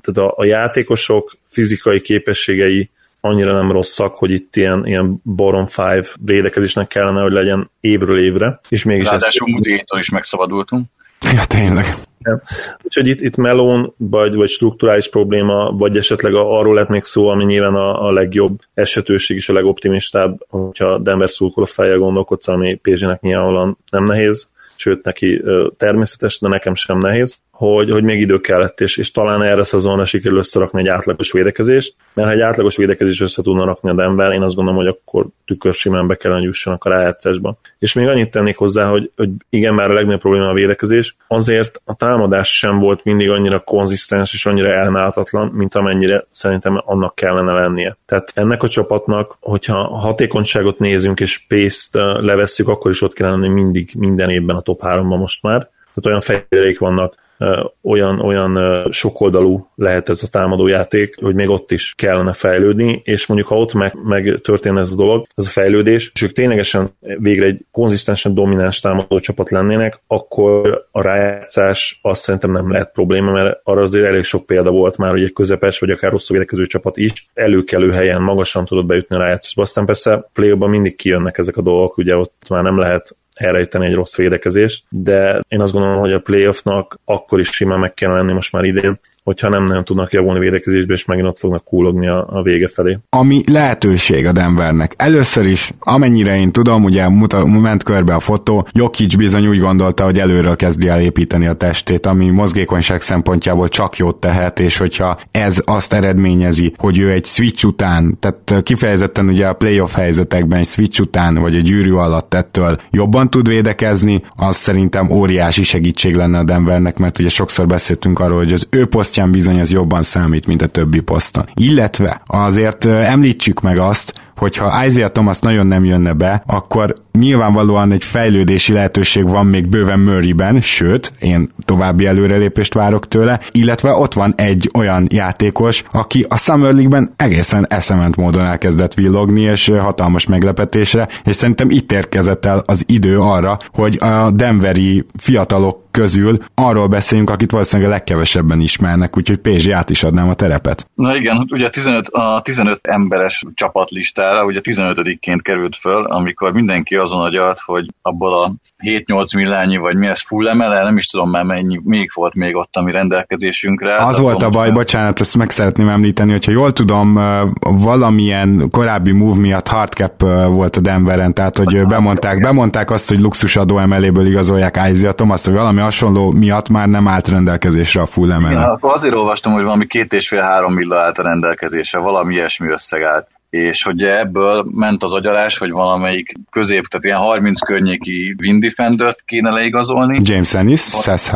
a játékosok fizikai képességei annyira nem rosszak, hogy itt ilyen bottom 5 védekezésnek kellene, hogy legyen évről évre. És mégis ráadásul Moody-tól is megszabadultunk. Ja, tényleg. Ja. Úgyhogy itt melón, vagy strukturális probléma, vagy esetleg arról lett még szó, ami nyilván a legjobb esetőség és a legoptimistább, hogyha Denver szurkoló fejjel gondolkodsz, ami PG-nek nyilvánvalóan nem nehéz, sőt neki természetes, de nekem sem nehéz, hogy még idő kellett, és talán erre szezonra sikerül összerakni egy átlagos védekezést, mert ha egy átlagos védekezést össze tudna rakni a Denver, én azt gondolom, hogy akkor tükörsimán be kellene jussanak a rájátszásba. És még annyit tennék hozzá, hogy igen, már a legnagyobb probléma a védekezés, azért a támadás sem volt mindig annyira konzisztens és annyira ellenállhatatlan, mint amennyire szerintem annak kellene lennie. Tehát ennek a csapatnak, hogyha hatékonyságot nézünk és pace-t levesszük, akkor is ott kellene lenni mindig, minden évben a top 3-ban most már. Tehát olyan fejléreik vannak, olyan sokoldalú lehet ez a támadójáték, hogy még ott is kellene fejlődni, és mondjuk ha ott meg történne ez a dolog, ez a fejlődés, és ők ténylegesen végre egy konzisztensen domináns támadó csapat lennének, akkor a rájátszás azt szerintem nem lehet probléma, mert arra azért elég sok példa volt már, hogy egy közepes vagy akár rosszul védekező csapat is előkelő helyen magasan tudott bejutni a rájátszásba. Aztán persze play-offban mindig kijönnek ezek a dolgok, ugye ott már nem lehet elrejteni egy rossz védekezést, de én azt gondolom, hogy a playoffnak akkor is simán meg kell lenni most már idén, hogyha nem tudnak javulni védekezésbe, és megint ott fognak kúlogni a vége felé. Ami lehetőség a Denvernek. Először is, amennyire én tudom, ugye ment körbe a fotó, Jokic bizony úgy gondolta, hogy előről kezdi el építeni a testét, ami mozgékonyság szempontjából csak jót tehet, és hogyha ez azt eredményezi, hogy ő egy switch után, tehát kifejezetten ugye a playoff helyzetekben egy switch után, vagy egy gyűrű alatt ettől jobban tud védekezni, az szerintem óriási segítség lenne a Denvernek, mert ugye sokszor beszéltünk arról, hogy az ő posztján bizony ez jobban számít, mint a többi poszton. Illetve azért említsük meg azt, hogyha Isaiah Thomas nagyon nem jönne be, akkor nyilvánvalóan egy fejlődési lehetőség van még bőven Murrayben, sőt, én további előrelépést várok tőle, illetve ott van egy olyan játékos, aki a Summer League-ben egészen eszement módon elkezdett villogni, és hatalmas meglepetésre, és szerintem itt érkezett el az idő arra, hogy a denveri fiatalok közül arról beszéljünk, akit valószínűleg a legkevesebben ismernek, úgyhogy PG át is adnám a terepet. Na igen, ugye a 15 emberes csapatlistára ugye 15-ként került föl, amikor mindenki azon agyalt, hogy abból a 7-8 millányi, vagy mi ez full emele, nem is tudom már mennyi, még volt még ott, ami rendelkezésünkre. Az volt a baj, bocsánat, ezt meg szeretném említeni, hogyha jól tudom, valamilyen korábbi move miatt hardcap volt a Denveren, tehát hogy bemondták azt, hogy luxusadó emeléből igazolják Isaiah Thomas, vagy valami hasonló miatt már nem állt rendelkezésre a full emele. Igen, akkor azért olvastam, hogy valami 2,5-3 millió állt a rendelkezésre, valami ilyesmi összeg állt. És hogy ebből ment az agyalás, hogy valamelyik közép, tehát ilyen 30 környéki wing defendert kéne leigazolni. James Ennis, Seth High.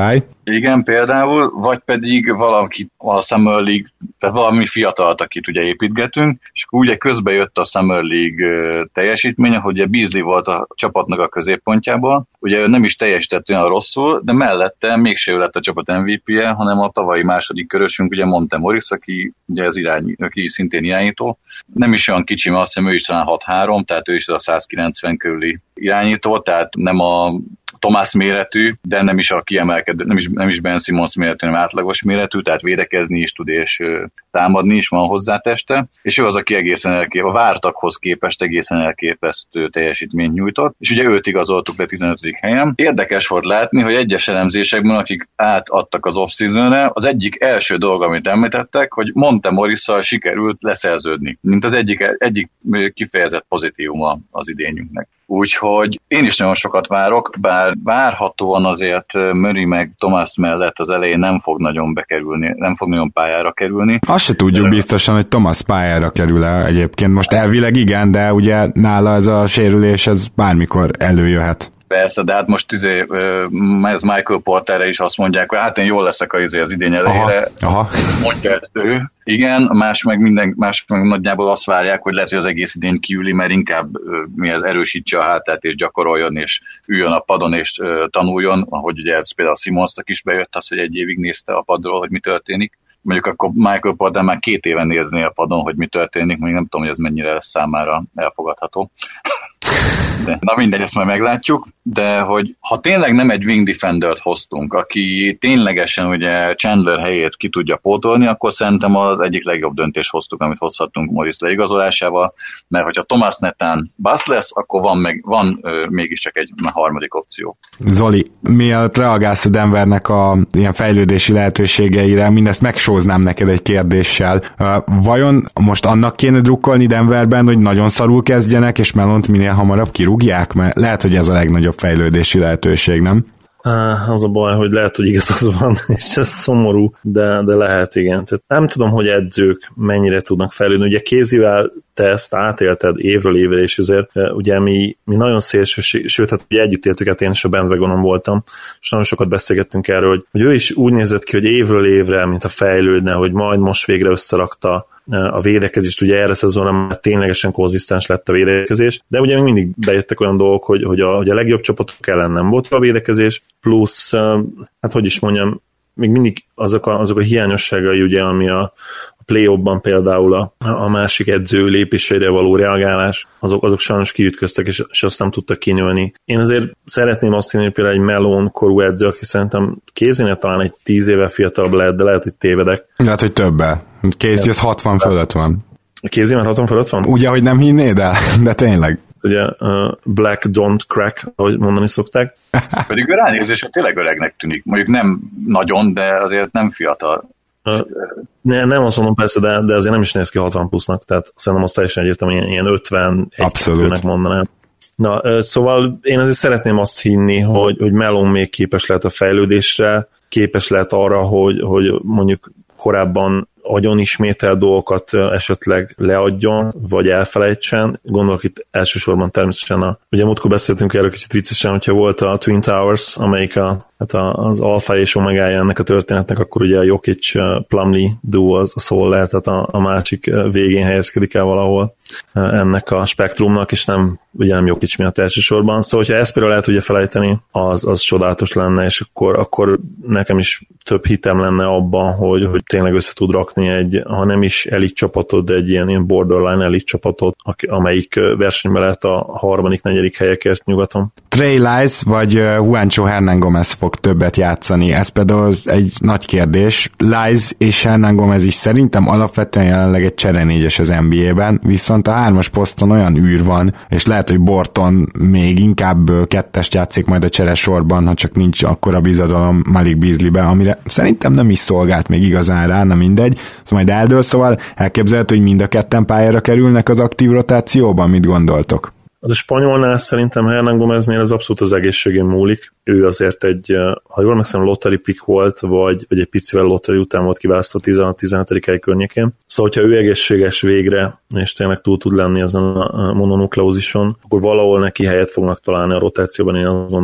Igen, például, vagy pedig valaki a Summer League, tehát valami fiatalt, akit ugye építgetünk, és ugye közben jött a Summer League teljesítménye, hogy ugye Beasley volt a csapatnak a középpontjában, ugye ő nem is teljesített olyan rosszul, de mellette mégse ő lett a csapat MVP-je, hanem a tavalyi második körösünk, ugye Monte Morris, aki ugye aki szintén irányító. Nem is olyan kicsi, mert azt hiszem ő is talán 6-3, tehát ő is az a 190 körüli irányító, tehát nem a Thomas méretű, de nem is a kiemelkedő, nem is Ben Simmons méretű, hanem átlagos méretű, tehát védekezni is tud, és támadni is van hozzá teste, és ő az, aki egészen a vártakhoz képest egészen elképesztő teljesítményt nyújtott, és ugye őt igazoltuk le 15. helyen. Érdekes volt látni, hogy egyes elemzésekben, akik átadtak az off-seasonre, az egyik első dolog, amit említettek, hogy Monte Morrisszal sikerült leszerződni, mint az egyik kifejezett pozitívuma az idényünknek. Úgyhogy én is nagyon sokat várok, bár várhatóan azért Murray meg Thomas mellett az elején nem fog nagyon bekerülni, nem fog nagyon pályára kerülni. Azt se tudjuk biztosan, hogy Thomas pályára kerül-e egyébként. Most elvileg igen, de ugye nála ez a sérülés, ez bármikor előjöhet. Persze, de hát most ez Michael Porterre is azt mondják, hogy hát én jól leszek az idény elejére. Aha. Mondja ő. Igen, más meg nagyjából azt várják, hogy lehet, hogy az egész idén kiüli, mert inkább erősítse a hátát, és gyakoroljon, és üljön a padon, és tanuljon, ahogy ugye ez például Simonsnak is bejött az, hogy egy évig nézte a padról, hogy mi történik. Mondjuk akkor Michael Porter már 2 éven nézné a padon, hogy mi történik, még nem tudom, hogy ez mennyire lesz számára elfogadható. De, na mindegy, ezt majd meglátjuk, de hogy ha tényleg nem egy wing defendert hoztunk, aki ténylegesen ugye Chandler helyét ki tudja pótolni, akkor szerintem az egyik legjobb döntést hoztuk, amit hozhattunk Morris leigazolásával, mert hogyha Thomas netán bust lesz, akkor van mégiscsak egy harmadik opció. Zoli, mielőtt reagálsz a Denvernek a ilyen fejlődési lehetőségeire, mindezt megsóznám neked egy kérdéssel. Vajon most annak kéne drukkolni Denverben, hogy nagyon szarul kezdjenek, és Melont minél hamarabb kirúgják? Mert lehet, hogy ez a legnagyobb fejlődési lehetőség, nem? Az a baj, hogy lehet, hogy igazad van, és ez szomorú, de lehet, igen. Tehát nem tudom, hogy edzők mennyire tudnak fejlődni. Ugye Kézivel te ezt átélted évről évre, és azért ugye mi nagyon szélsőség, sőt, hát ugye együtt éltük, hát én is a bandwagonon voltam, és nagyon sokat beszélgettünk erről, hogy ő is úgy nézett ki, hogy évről évre, mint a fejlődne, hogy majd most végre összerakta a védekezést, ugye erre szezonra már ténylegesen konzisztens lett a védekezés, de ugye még mindig bejöttek olyan dolgok, hogy a legjobb csapatok ellen nem volt a védekezés, plusz, hát hogy is mondjam, még mindig azok a hiányosságai, ugye, ami a play-offban például a másik edző lépéseire való reagálás, azok sajnos kiütköztek, és azt nem tudtak kinyúlni. Én azért szeretném azt hinni, hogy például egy Melon korú edző, aki szerintem Kézénél talán egy 10 éve fiatalabb lehet, de lehet, hogy tévedek. Lehet, hogy többel. Kézi az 60 fölött van. Kézi már 60 fölött van? Ugye, hogy nem hinnéd el, de tényleg. Ugye Black don't crack, ahogy mondani szokták. Pedig a ránézésre tényleg öregnek tűnik. Mondjuk nem nagyon, de azért nem fiatal. Nem azt mondom persze, de azért nem is néz ki 60 plusznak, tehát szerintem azt teljesen egyértelműen ilyen 51-2-nek mondanám. Na, szóval én azért szeretném azt hinni, hogy Melon még képes lehet a fejlődésre, képes lehet arra, hogy mondjuk korábban agyon ismétel dolgokat esetleg leadjon, vagy elfelejtsen. Gondolok itt elsősorban természetesen ugye múltkor beszéltünk erről kicsit viccesen, hogyha volt a Twin Towers, amelyik az alfa és omegája ennek a történetnek, akkor ugye a Jokic-Plumlee duo az a szól lehet, tehát a másik végén helyezkedik el valahol ennek a spektrumnak, és nem Jokic miatt elsősorban. Szóval, hogyha ezt például lehet ugye felejteni, az csodálatos lenne, és akkor nekem is több hitem lenne abban, hogy tényleg össze tud rakni ha nem is elit csapatot, de egy ilyen borderline elit csapatot, amelyik versenyben lehet a 3.-4. helyekért nyugaton. Trey Lyles vagy Juancho Hernán Gómez fog többet játszani? Ez például egy nagy kérdés. Lyles és Hernán Gómez is szerintem alapvetően jelenleg egy cserenégyes az NBA-ben, viszont a 3-as poszton olyan űr van, és lehet, hogy Borton még inkább 2-est játszik majd a cseresorban, ha csak nincs akkora bizadalom Malik Beasleybe, amire szerintem nem is szolgált még igazán rá, na mindegy, ez majd eldől, szóval elképzelhető, hogy mind a ketten pályára kerülnek az aktív rotációban, mit gondoltok? A spanyolnál szerintem Hernán Gómeznél ez abszolút az egészségén múlik. Ő azért ha jól megszem, lottery pick volt, vagy egy picivel lottery után volt kiválasztva 16-17. hely környékén. Szóval, hogyha ő egészséges végre, és tényleg túl tud lenni azon a mononukleózison, akkor valahol neki helyet fognak találni a rotációban, én azt gondolom.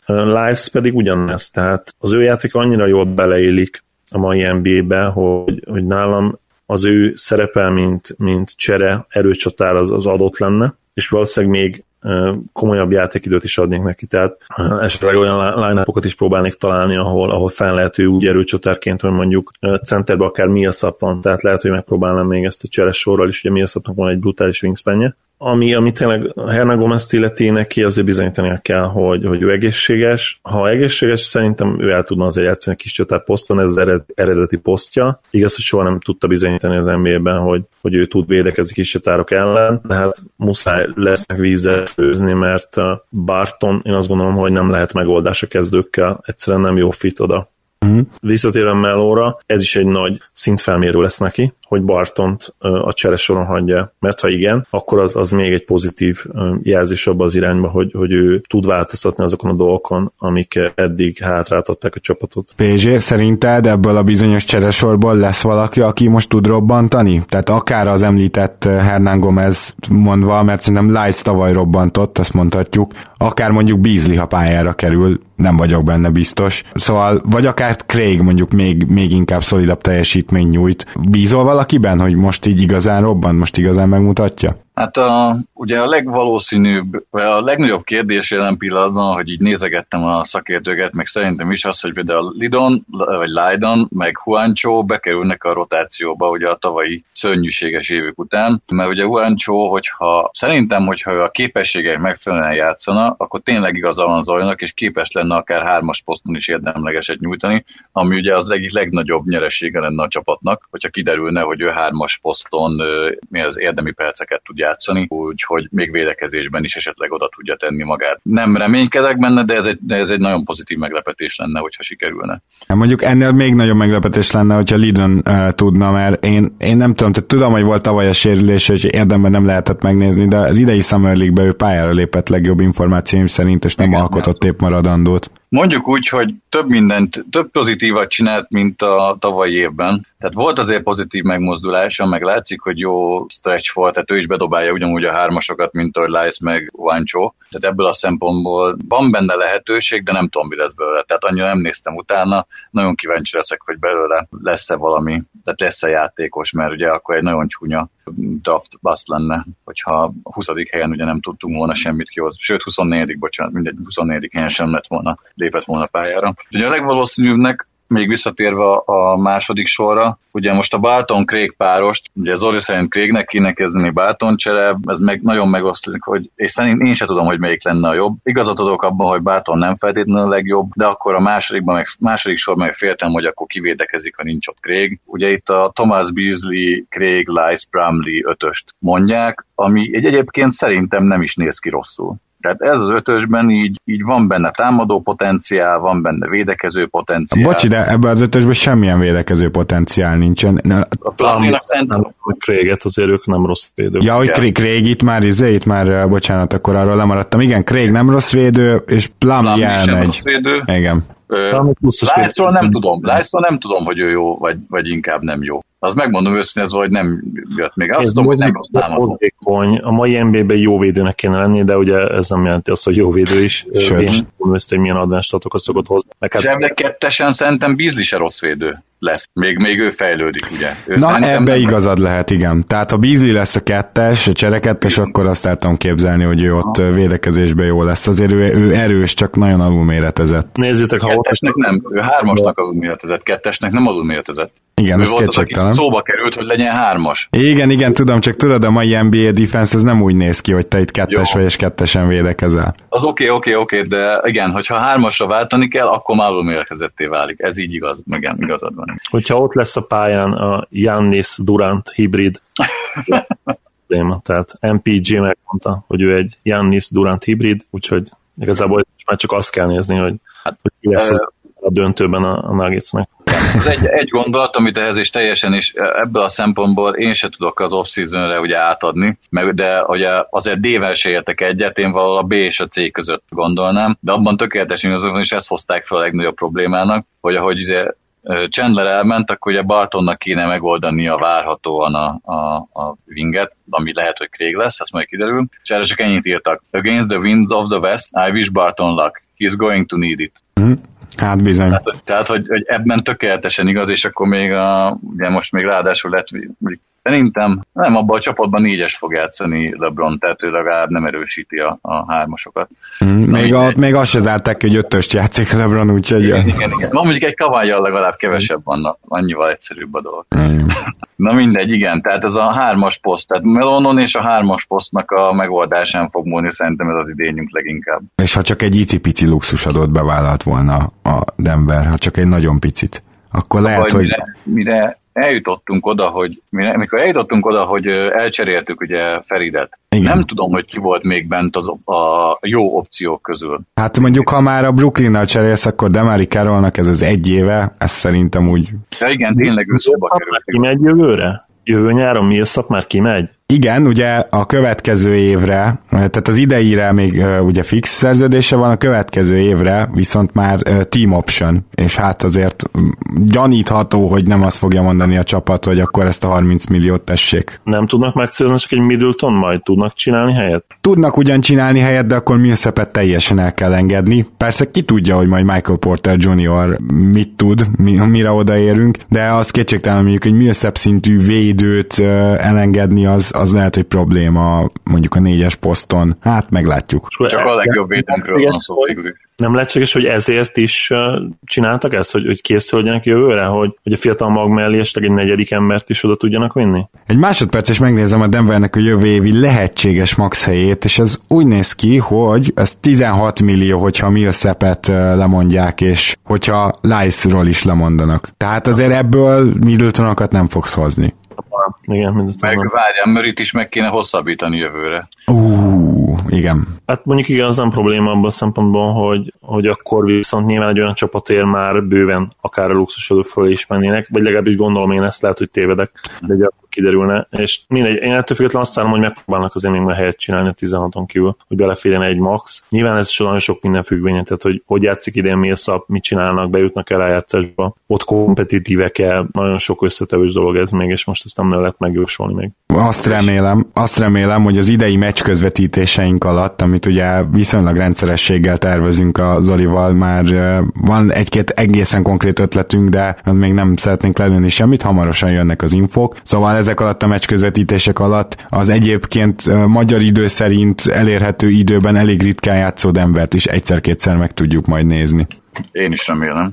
Lyles pedig ugyanez, tehát az ő játék annyira jól beleillik a mai NBA-be, hogy nálam az ő szerepe, mint csere, erőcsatár az adott lenne, és valószínűleg még komolyabb játékidőt is adnék neki, tehát esetleg olyan line-upokat is próbálnék találni, ahol fel lehet ő úgy erőcsatárként, hogy mondjuk centerbe akár Millsap van, tehát lehet, hogy megpróbálnám még ezt a cseresorral is, ugye Millsapnak van egy brutális wingspanje. Ami tényleg Hernan Gomez-t illeti, neki azért bizonyítania kell, hogy ő egészséges. Ha egészséges, szerintem ő el tudna azért játszani kis csatár poszton, ez az eredeti posztja. Igaz, hogy soha nem tudta bizonyítani az NBA-ben, hogy ő tud védekezni kis csatárok ellen, de hát muszáj lesznek vízzel főzni, mert Barton, én azt gondolom, hogy nem lehet megoldás a kezdőkkel, egyszerűen nem jó fit oda. Visszatérve Melóra, ez is egy nagy szintfelmérő lesz neki, hogy Bartont a cseresoron hagyja, mert ha igen, akkor az még egy pozitív jelzés abba az irányba, hogy ő tud változtatni azokon a dolgokon, amik eddig hátráltatták a csapatot. PG, szerinted ebből a bizonyos cseresorból lesz valaki, aki most tud robbantani? Tehát akár az említett Hernan Gomez mondva, mert szerintem Lyles tavaly robbantott, azt mondhatjuk, akár mondjuk Beasley, ha pályára kerül, nem vagyok benne biztos. Szóval, vagy akár Craig mondjuk még inkább szolidabb teljesítményt nyújt. Bízol valakiben, hogy most így igazán robbant, most igazán megmutatja? Hát ugye a legvalószínűbb, vagy a legnagyobb kérdés jelen pillanatban, hogy így nézegettem a szakértőket, meg szerintem is az, hogy például Lidon, vagy Lydon, meg Juancho bekerülnek a rotációba ugye a tavalyi szörnyűséges évük után, mert ugye Juancho, hogyha ő a képességek megfelelően játszana, akkor tényleg igaza van Zolinak, és képes lenne akár 3-as poszton is érdemlegeset nyújtani, ami ugye az egyik legnagyobb nyeresége lenne a csapatnak, hogyha kiderülne, hogy ő 3-as poszton az érdemi perceket tud játszani, úgyhogy még védekezésben is esetleg oda tudja tenni magát. Nem reménykedek benne, de ez egy nagyon pozitív meglepetés lenne, hogyha sikerülne. Mondjuk ennél még nagyobb meglepetés lenne, hogyha Lidon tudna, mert én nem tudom, hogy volt tavaly a sérülés, és érdemben nem lehetett megnézni, de az idei Summer League-be ő pályára lépett legjobb információim szerint, és nem alkotott épp maradandót. Mondjuk úgy, hogy több pozitívat csinált, mint a tavalyi évben. Tehát volt azért pozitív megmozdulása, meg látszik, hogy jó stretch volt, tehát ő is bedobálja ugyanúgy a 3-asokat, mint ahogy Lyles meg Juancho. Tehát ebből a szempontból van benne lehetőség, de nem tudom, mi lesz belőle. Tehát annyira nem néztem utána, nagyon kíváncsi leszek, hogy belőle lesz-e valami, tehát lesz-e játékos, mert ugye akkor egy nagyon csúnya draft bust lenne, hogyha a 20. helyen ugye nem tudtunk volna semmit kihozni. Sőt, 24. helyen sem lépett volna pályára. Ugye a legvalószínűbbnek, még visszatérve a második sorra, ugye most a Barton-Craig párost, ugye Zoli szerint Craignek kéne kezdeni Barton csere, ez nagyon megoszlik, hogy és szerint én sem tudom, hogy melyik lenne a jobb. Igazat adok abban, hogy Barton nem feltétlenül a legjobb, de akkor a második sor meg féltem, hogy akkor kivédekezik, ha nincs ott Craig. Ugye itt a Thomas Beasley, Craig, Lyles, Plumlee ötöst mondják, ami egyébként szerintem nem is néz ki rosszul. Tehát ez az ötösben így van benne támadó potenciál, van benne védekező potenciál. Bocsi, de ebben az ötösben semmilyen védekező potenciál nincsen. A Plumlee-nak szerintem... Craig-et azért ők nem rossz védő. Ja, hogy Craig itt már, bocsánat, akkor arról lemaradtam. Igen, Craig nem rossz védő, és Plumlee elmegy. Rossz védő. Igen. Lyles-ról nem tudom, hogy ő jó, vagy inkább nem jó. Az megmondom őszintén, ez vagy nem jött még. Azt tudom, hogy nem rossz támadó. A mai NBA-ben jó védőnek kéne lenni, de ugye ez nem jelenti azt, hogy jó védő is. Én nem tudom, hogy milyen advánstatokat szokott hozni. Zsebnek kettesen szerintem Beasley se rossz védő lesz. Még ő fejlődik, ugye. Ebbe igazad lehet, igen. Tehát ha Beasley lesz a kettes, a cserekettes, akkor azt el tudom képzelni, hogy ő ott védekezésben jó lesz. Azért ő erős, csak nagyon alulméretezett. Nézzétek, ha kettesnek nem, ő 3-asnak alulméretezett, kettesnek nem alulméretezett. Igen, ez kétségtelen. Szóba került, hogy legyen 3-as. Igen, tudom, csak tudod, a mai NBA defense ez nem úgy néz ki, hogy te itt kettes vagy, és kettesen védekezel. Az oké, de igen, hogyha 3-asra váltani kell, akkor már alulméretezetté válik. Ez így igaz, igen, igazad van. Hogyha ott lesz a pályán a Giannis Durant hibrid, tehát MPG megmondta, hogy ő egy Giannis Durant hibrid, úgyhogy igazából már csak azt kell nézni, hogy ki lesz a döntőben a Nuggetsnek. Ez egy gondolat, amit ehhez is teljesen is ebből a szempontból én se tudok az off-seasonre ugye átadni, de ugye azért D-vel se értek egyet, én valahol a B és a C között gondolnám, de abban tökéletesen azokon is ezt hozták fel a legnagyobb problémának, hogy ahogy ugye Chandler elment, akkor ugye Bartonnak kéne megoldania várhatóan a winget, ami lehet, hogy Craig lesz, ezt majd kiderül, és erre csak ennyit írtak. Against the winds of the west, I wish Barton luck. he's going to need it. Hát bizony. Tehát hogy ebben tökéletesen igaz, és akkor még ugye most még ráadásul lett, szerintem nem, abban a csapatban 4-es fog játszani LeBron, tehát ő legalább nem erősíti a 3-asokat. Még azt se zárták, hogy 5-öst játszik LeBron, úgyhogy... Igen. Ma mondjuk egy Kawhi-jal legalább kevesebb van, annyival egyszerűbb a dolog. Na mindegy, igen, tehát ez a 3-as poszt, tehát Melonon és a 3-as posztnak a megoldásán fog múlni, szerintem ez az idényünk leginkább. És ha csak egy icipici luxusadót bevállalt volna a Denver, ha csak egy nagyon picit, akkor lehet, hogy... Mire eljutottunk oda, hogy elcseréltük ugye Feridet. Igen. Nem tudom, hogy ki volt még bent a jó opciók közül. Hát mondjuk, ha már a Brooklynnal cserélsz, akkor DeMarre Carrollnak ez az 1 éve, ez szerintem úgy... Ja igen, tényleg ő szóba került. Kimegy jövőre? Jövő nyáron Millsap már kimegy? Igen, ugye a következő évre, tehát az idejére még ugye fix szerződése van, a következő évre viszont már team option, és hát azért gyanítható, hogy nem azt fogja mondani a csapat, hogy akkor ezt a 30 milliót tessék. Nem tudnak megcélozni csak egy Middleton, majd tudnak csinálni helyet? Tudnak ugyan csinálni helyet, de akkor Millsapet teljesen el kell engedni. Persze ki tudja, hogy majd Michael Porter Jr. mit tud, mire odaérünk, de az kétségtelen mondjuk, hogy Millsap szintű védőt elengedni az lehet, hogy probléma mondjuk a 4-es poszton. Hát meglátjuk. Csak a legjobb védőnkről van szó végül. Nem lehetséges, hogy ezért is csináltak ezt, hogy készüljenek jövőre, hogy a fiatal mag mellé esetleg egy 4. embert is oda tudjanak vinni? Egy másodperc, és megnézem a Denvernek a jövő évi lehetséges max helyét, és ez úgy néz ki, hogy ez 16 millió, hogyha Millsapet lemondják, és hogyha Lice-ról is lemondanak. Tehát azért ebből Middletonokat nem fogsz hozni. Igen, meg várjál, Murrayt is meg kéne hosszabbítani jövőre. Igen. Hát mondjuk igen, az nem probléma abban a szempontból, hogy akkor viszont nyilván egy olyan csapatért már bőven akár a luxusodó föl is mennének, vagy legalábbis gondolom én ezt, lehet, hogy tévedek, de ugye akkor kiderülne. És mindegy, én ettől függetlenül azt szállom, hogy megpróbálnak azért még helyet csinálni a 16-on kívül, hogy beleférjen egy max. Nyilván ez is nagyon sok minden függvénye, tehát hogy játszik idén Millsap, mit csinálnak, bejutnak el rájátszásba, ott kompetitívek-e, nagyon sok összetevős dolog ez még, és most ezt nem lehet megjósolni még. Azt remélem, hogy az idei meccs közvetítéseink alatt, amit ugye viszonylag rendszerességgel tervezünk a Zolival, már van egy-két egészen konkrét ötletünk, de még nem szeretnénk lelőni semmit, hamarosan jönnek az infók. Szóval ezek alatt a meccs közvetítések alatt az egyébként magyar idő szerint elérhető időben elég ritkán játszó Denvert is egyszer-kétszer meg tudjuk majd nézni. Én is remélem.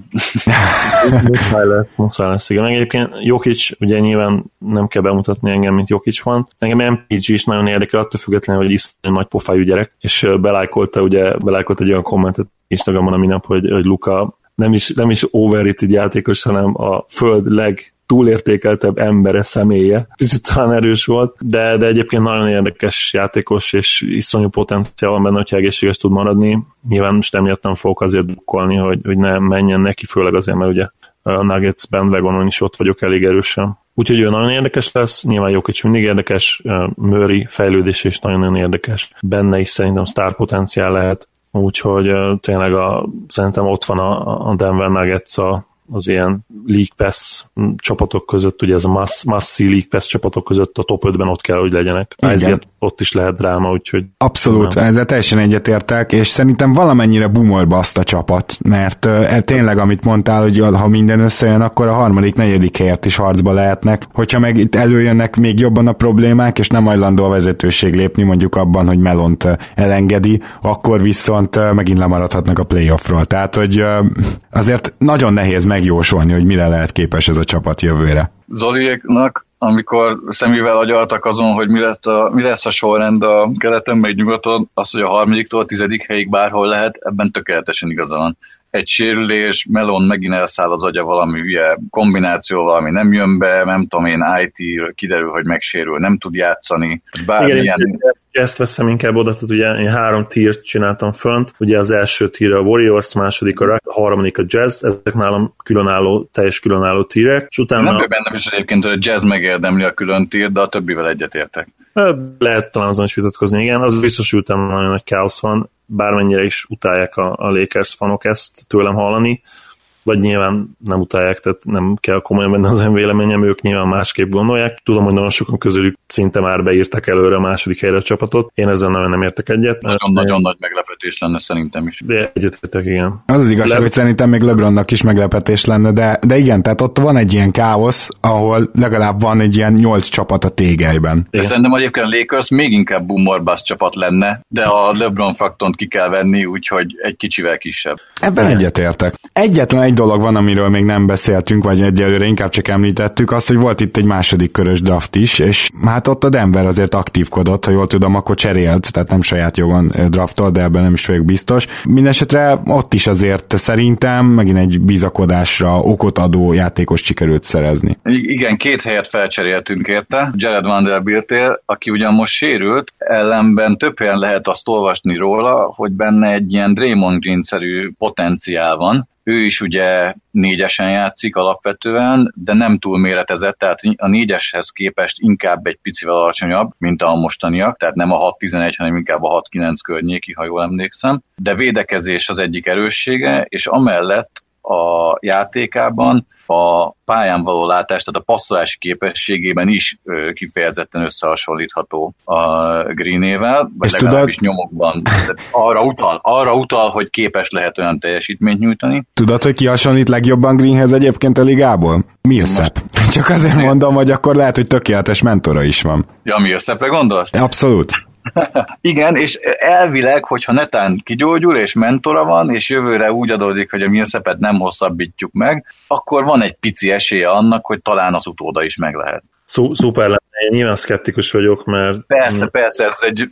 Muszáj lesz, igen. Meg egyébként Jokic, ugye nyilván nem kell bemutatni engem, mint Jokic van. Engem MPG is nagyon érdekel, attól függetlenül, hogy iszonyú nagy pofájú gyerek, és belájkolt egy olyan kommentet Instagramon a minap, hogy Luka nem is overrated játékos, hanem a föld túlértékeltebb embere, személye. Picit talán erős volt, de egyébként nagyon érdekes játékos, és iszonyú potenciál van benne, hogyha egészséges tud maradni. Nyilván most emiatt nem fogok azért drukkolni, hogy ne menjen neki, főleg azért, mert ugye a Nuggets bandwagonon is ott vagyok elég erősen. Úgyhogy ő nagyon érdekes lesz, nyilván Jokic mindig érdekes, Murray fejlődés is nagyon érdekes. Benne is szerintem sztár potenciál lehet, úgyhogy tényleg szerintem ott van a Denver Nuggets az ilyen League Pass csapatok között, ugye ez a Must-see League Pass csapatok között a top 5-ben ott kell, hogy legyenek. Ezért ott is lehet dráma, úgyhogy... Abszolút, ezzel teljesen egyetértek, és szerintem valamennyire bumolba azt a csapat, mert tényleg, amit mondtál, hogy ha minden összejön, akkor a 3., 4. helyet is harcba lehetnek. Hogyha meg itt előjönnek még jobban a problémák, és nem hajlandó a vezetőség lépni mondjuk abban, hogy Melont elengedi, akkor viszont megint lemaradhatnak a playoffról. Tehát, hogy azért nagyon nehéz megjósolni, hogy mire lehet képes ez a csapat jövőre. Zoliéknak, amikor szemével agyaltak azon, hogy mi lesz a sorrend a keleten meg nyugaton, az, hogy a 3-tól 10. helyig bárhol lehet, ebben tökéletesen igaza van. Egy sérülés, Melon megint elszáll az agya valami hülye kombináció, valami nem jön be, nem tudom én, IT kiderül, hogy megsérül, nem tud játszani. Igen, ezt veszem inkább oda, tehát ugye én 3 tiert csináltam fönt, ugye az első tier a Warriors, második a Rock, a harmadik a Jazz, ezek nálam teljes különálló tierek, és utána... Nem bennem is egyébként, hogy a Jazz megérdemli a külön tier, de a többivel egyetértek. Lehet talán azon is vitatkozni, igen, az biztos, hogy utána nagyon nagy káosz van, bármennyire is utálják a Lakers fanok ezt tőlem hallani, vagy nyilván nem utálják, tehát nem kell komolyan benne az én véleményem, ők nyilván másképp gondolják. Tudom, hogy nagyon sokan közülük szinte már beírtak előre a második helyre a csapatot. Én ezzel nagyon nem értek egyet. Nagyon nagy meglepetés. meglepetés lenne szerintem is. De egyetértek, igen. Az igazság, hogy szerintem még LeBronnak is meglepetés lenne, de igen, tehát ott van egy ilyen káosz, ahol legalább van egy ilyen 8 csapat a tégelyben. Szerintem egyébként a Lakers még inkább boom or bust csapat lenne, de a LeBron faktort ki kell venni, úgyhogy egy kicsivel kisebb. Ebben egyetértek. Egyetlen egy dolog van, amiről még nem beszéltünk, vagy egyelőre inkább csak említettük, az, hogy volt itt egy második körös draft is, és hát ott a Denver azért aktívkodott, ha jól tudom, akkor cserélt, tehát nem saját jogon draftolt, de ebben nem is vagyok biztos. Mindenesetre ott is azért szerintem megint egy bizakodásra okot adó játékos sikerült szerezni. Igen, 2 helyet felcseréltünk érte, Jared Vanderbiltért, aki ugyan most sérült, ellenben több helyen lehet azt olvasni róla, hogy benne egy ilyen Draymond Green-szerű potenciál van. Ő is ugye 4-esen játszik alapvetően, de nem túl méretezett, tehát a 4-eshez képest inkább egy picivel alacsonyabb, mint a mostaniak, tehát nem a 6-11, hanem inkább a 6-9 környéki, ha jól emlékszem. De védekezés az egyik erőssége, és amellett a játékában a pályán való látás, tehát a passzolási képességében is kifejezetten összehasonlítható a Greenével, vagy legalábbis nyomokban. Arra utal, hogy képes lehet olyan teljesítményt nyújtani. Tudod, hogy ki hasonlít legjobban Greenhez egyébként a ligából? Millsap. Csak azért mondom, hogy akkor lehet, hogy tökéletes mentora is van. Ja, Millsapre gondolsz? Abszolút. Igen, és elvileg, hogyha netán kigyógyul, és mentora van, és jövőre úgy adódik, hogy a Millsapet nem hosszabbítjuk meg, akkor van egy pici esélye annak, hogy talán az utóda is meg lehet. Szuper lenne, én nyilván szkeptikus vagyok, mert... Persze, ez egy...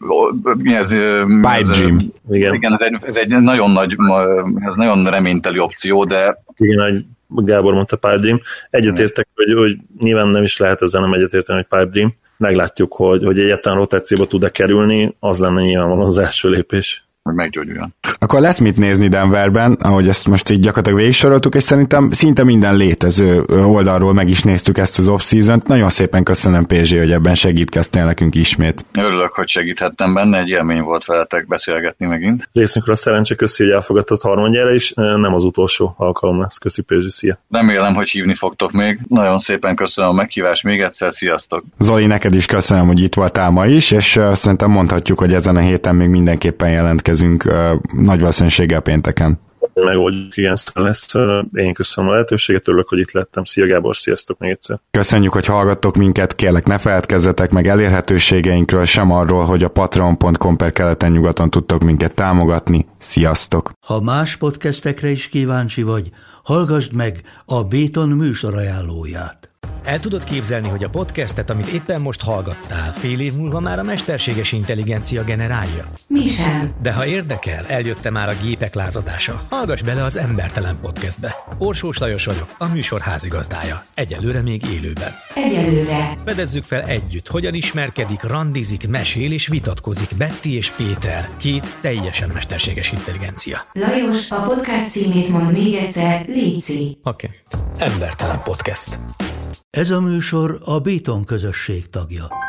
Pipe dream. Igen, ez egy nagyon nagy, ez nagyon reményteli opció, de... Igen, hogy Gábor mondta Pipe dream. Egyetértek, hogy nyilván nem is lehet ezzel nem egyetérteni, hogy Pipe dream. Meglátjuk, hogy egyáltalán rotációba tud-e kerülni, az lenne nyilvánvalóan az első lépés. Hogy meggyógyuljon. Akkor lesz mit nézni Denverben, ahogy ezt most így gyakorlatilag végigsoroltuk, és szerintem szinte minden létező oldalról meg is néztük ezt az off-season-t. Nagyon szépen köszönöm, Pézsi, hogy ebben segítkeztél nekünk ismét. Örülök, hogy segíthettem benne, egy élmény volt veletek beszélgetni megint. Részünkről a szerencse, köszi, hogy elfogadtad harmadjára is, nem az utolsó alkalom lesz. Köszi, Pézsi, szia! Remélem, hogy hívni fogtok még. Nagyon szépen köszönöm a meghívást még egyszer, sziasztok! Zoli, neked is köszönöm, hogy itt voltál ma is, és szerintem mondhatjuk, hogy ezen a héten még mindenképpen jelentkezünk nagy valószínűséggel pénteken. Megoldjuk, igen, lesz. Én köszönöm a lehetőséget, örülök, hogy itt lettem. Szia Gábor, sziasztok még egyszer. Köszönjük, hogy hallgattok minket, kérlek ne feledkezzetek meg elérhetőségeinkről, sem arról, hogy a patreon.com/keleten-nyugaton tudtok minket támogatni. Sziasztok! Ha más podcastekre is kíváncsi vagy, hallgassd meg a Béton műsor ajánlóját. El tudod képzelni, hogy a podcastet, amit éppen most hallgattál, fél év múlva már a mesterséges intelligencia generálja? Mi sem. De ha érdekel, eljött már a gépek lázadása. Hallgass bele az Embertelen Podcastbe. Orsós Lajos vagyok, a műsor házigazdája. Egyelőre még élőben. Egyelőre. Fedezzük fel együtt, hogyan ismerkedik, randizik, mesél és vitatkozik Betty és Péter, 2 teljesen mesterséges intelligencia. Lajos, a podcast címét mond még egyszer, léci. Oké. Embertelen Podcast. Ez a műsor a Béton közösség tagja.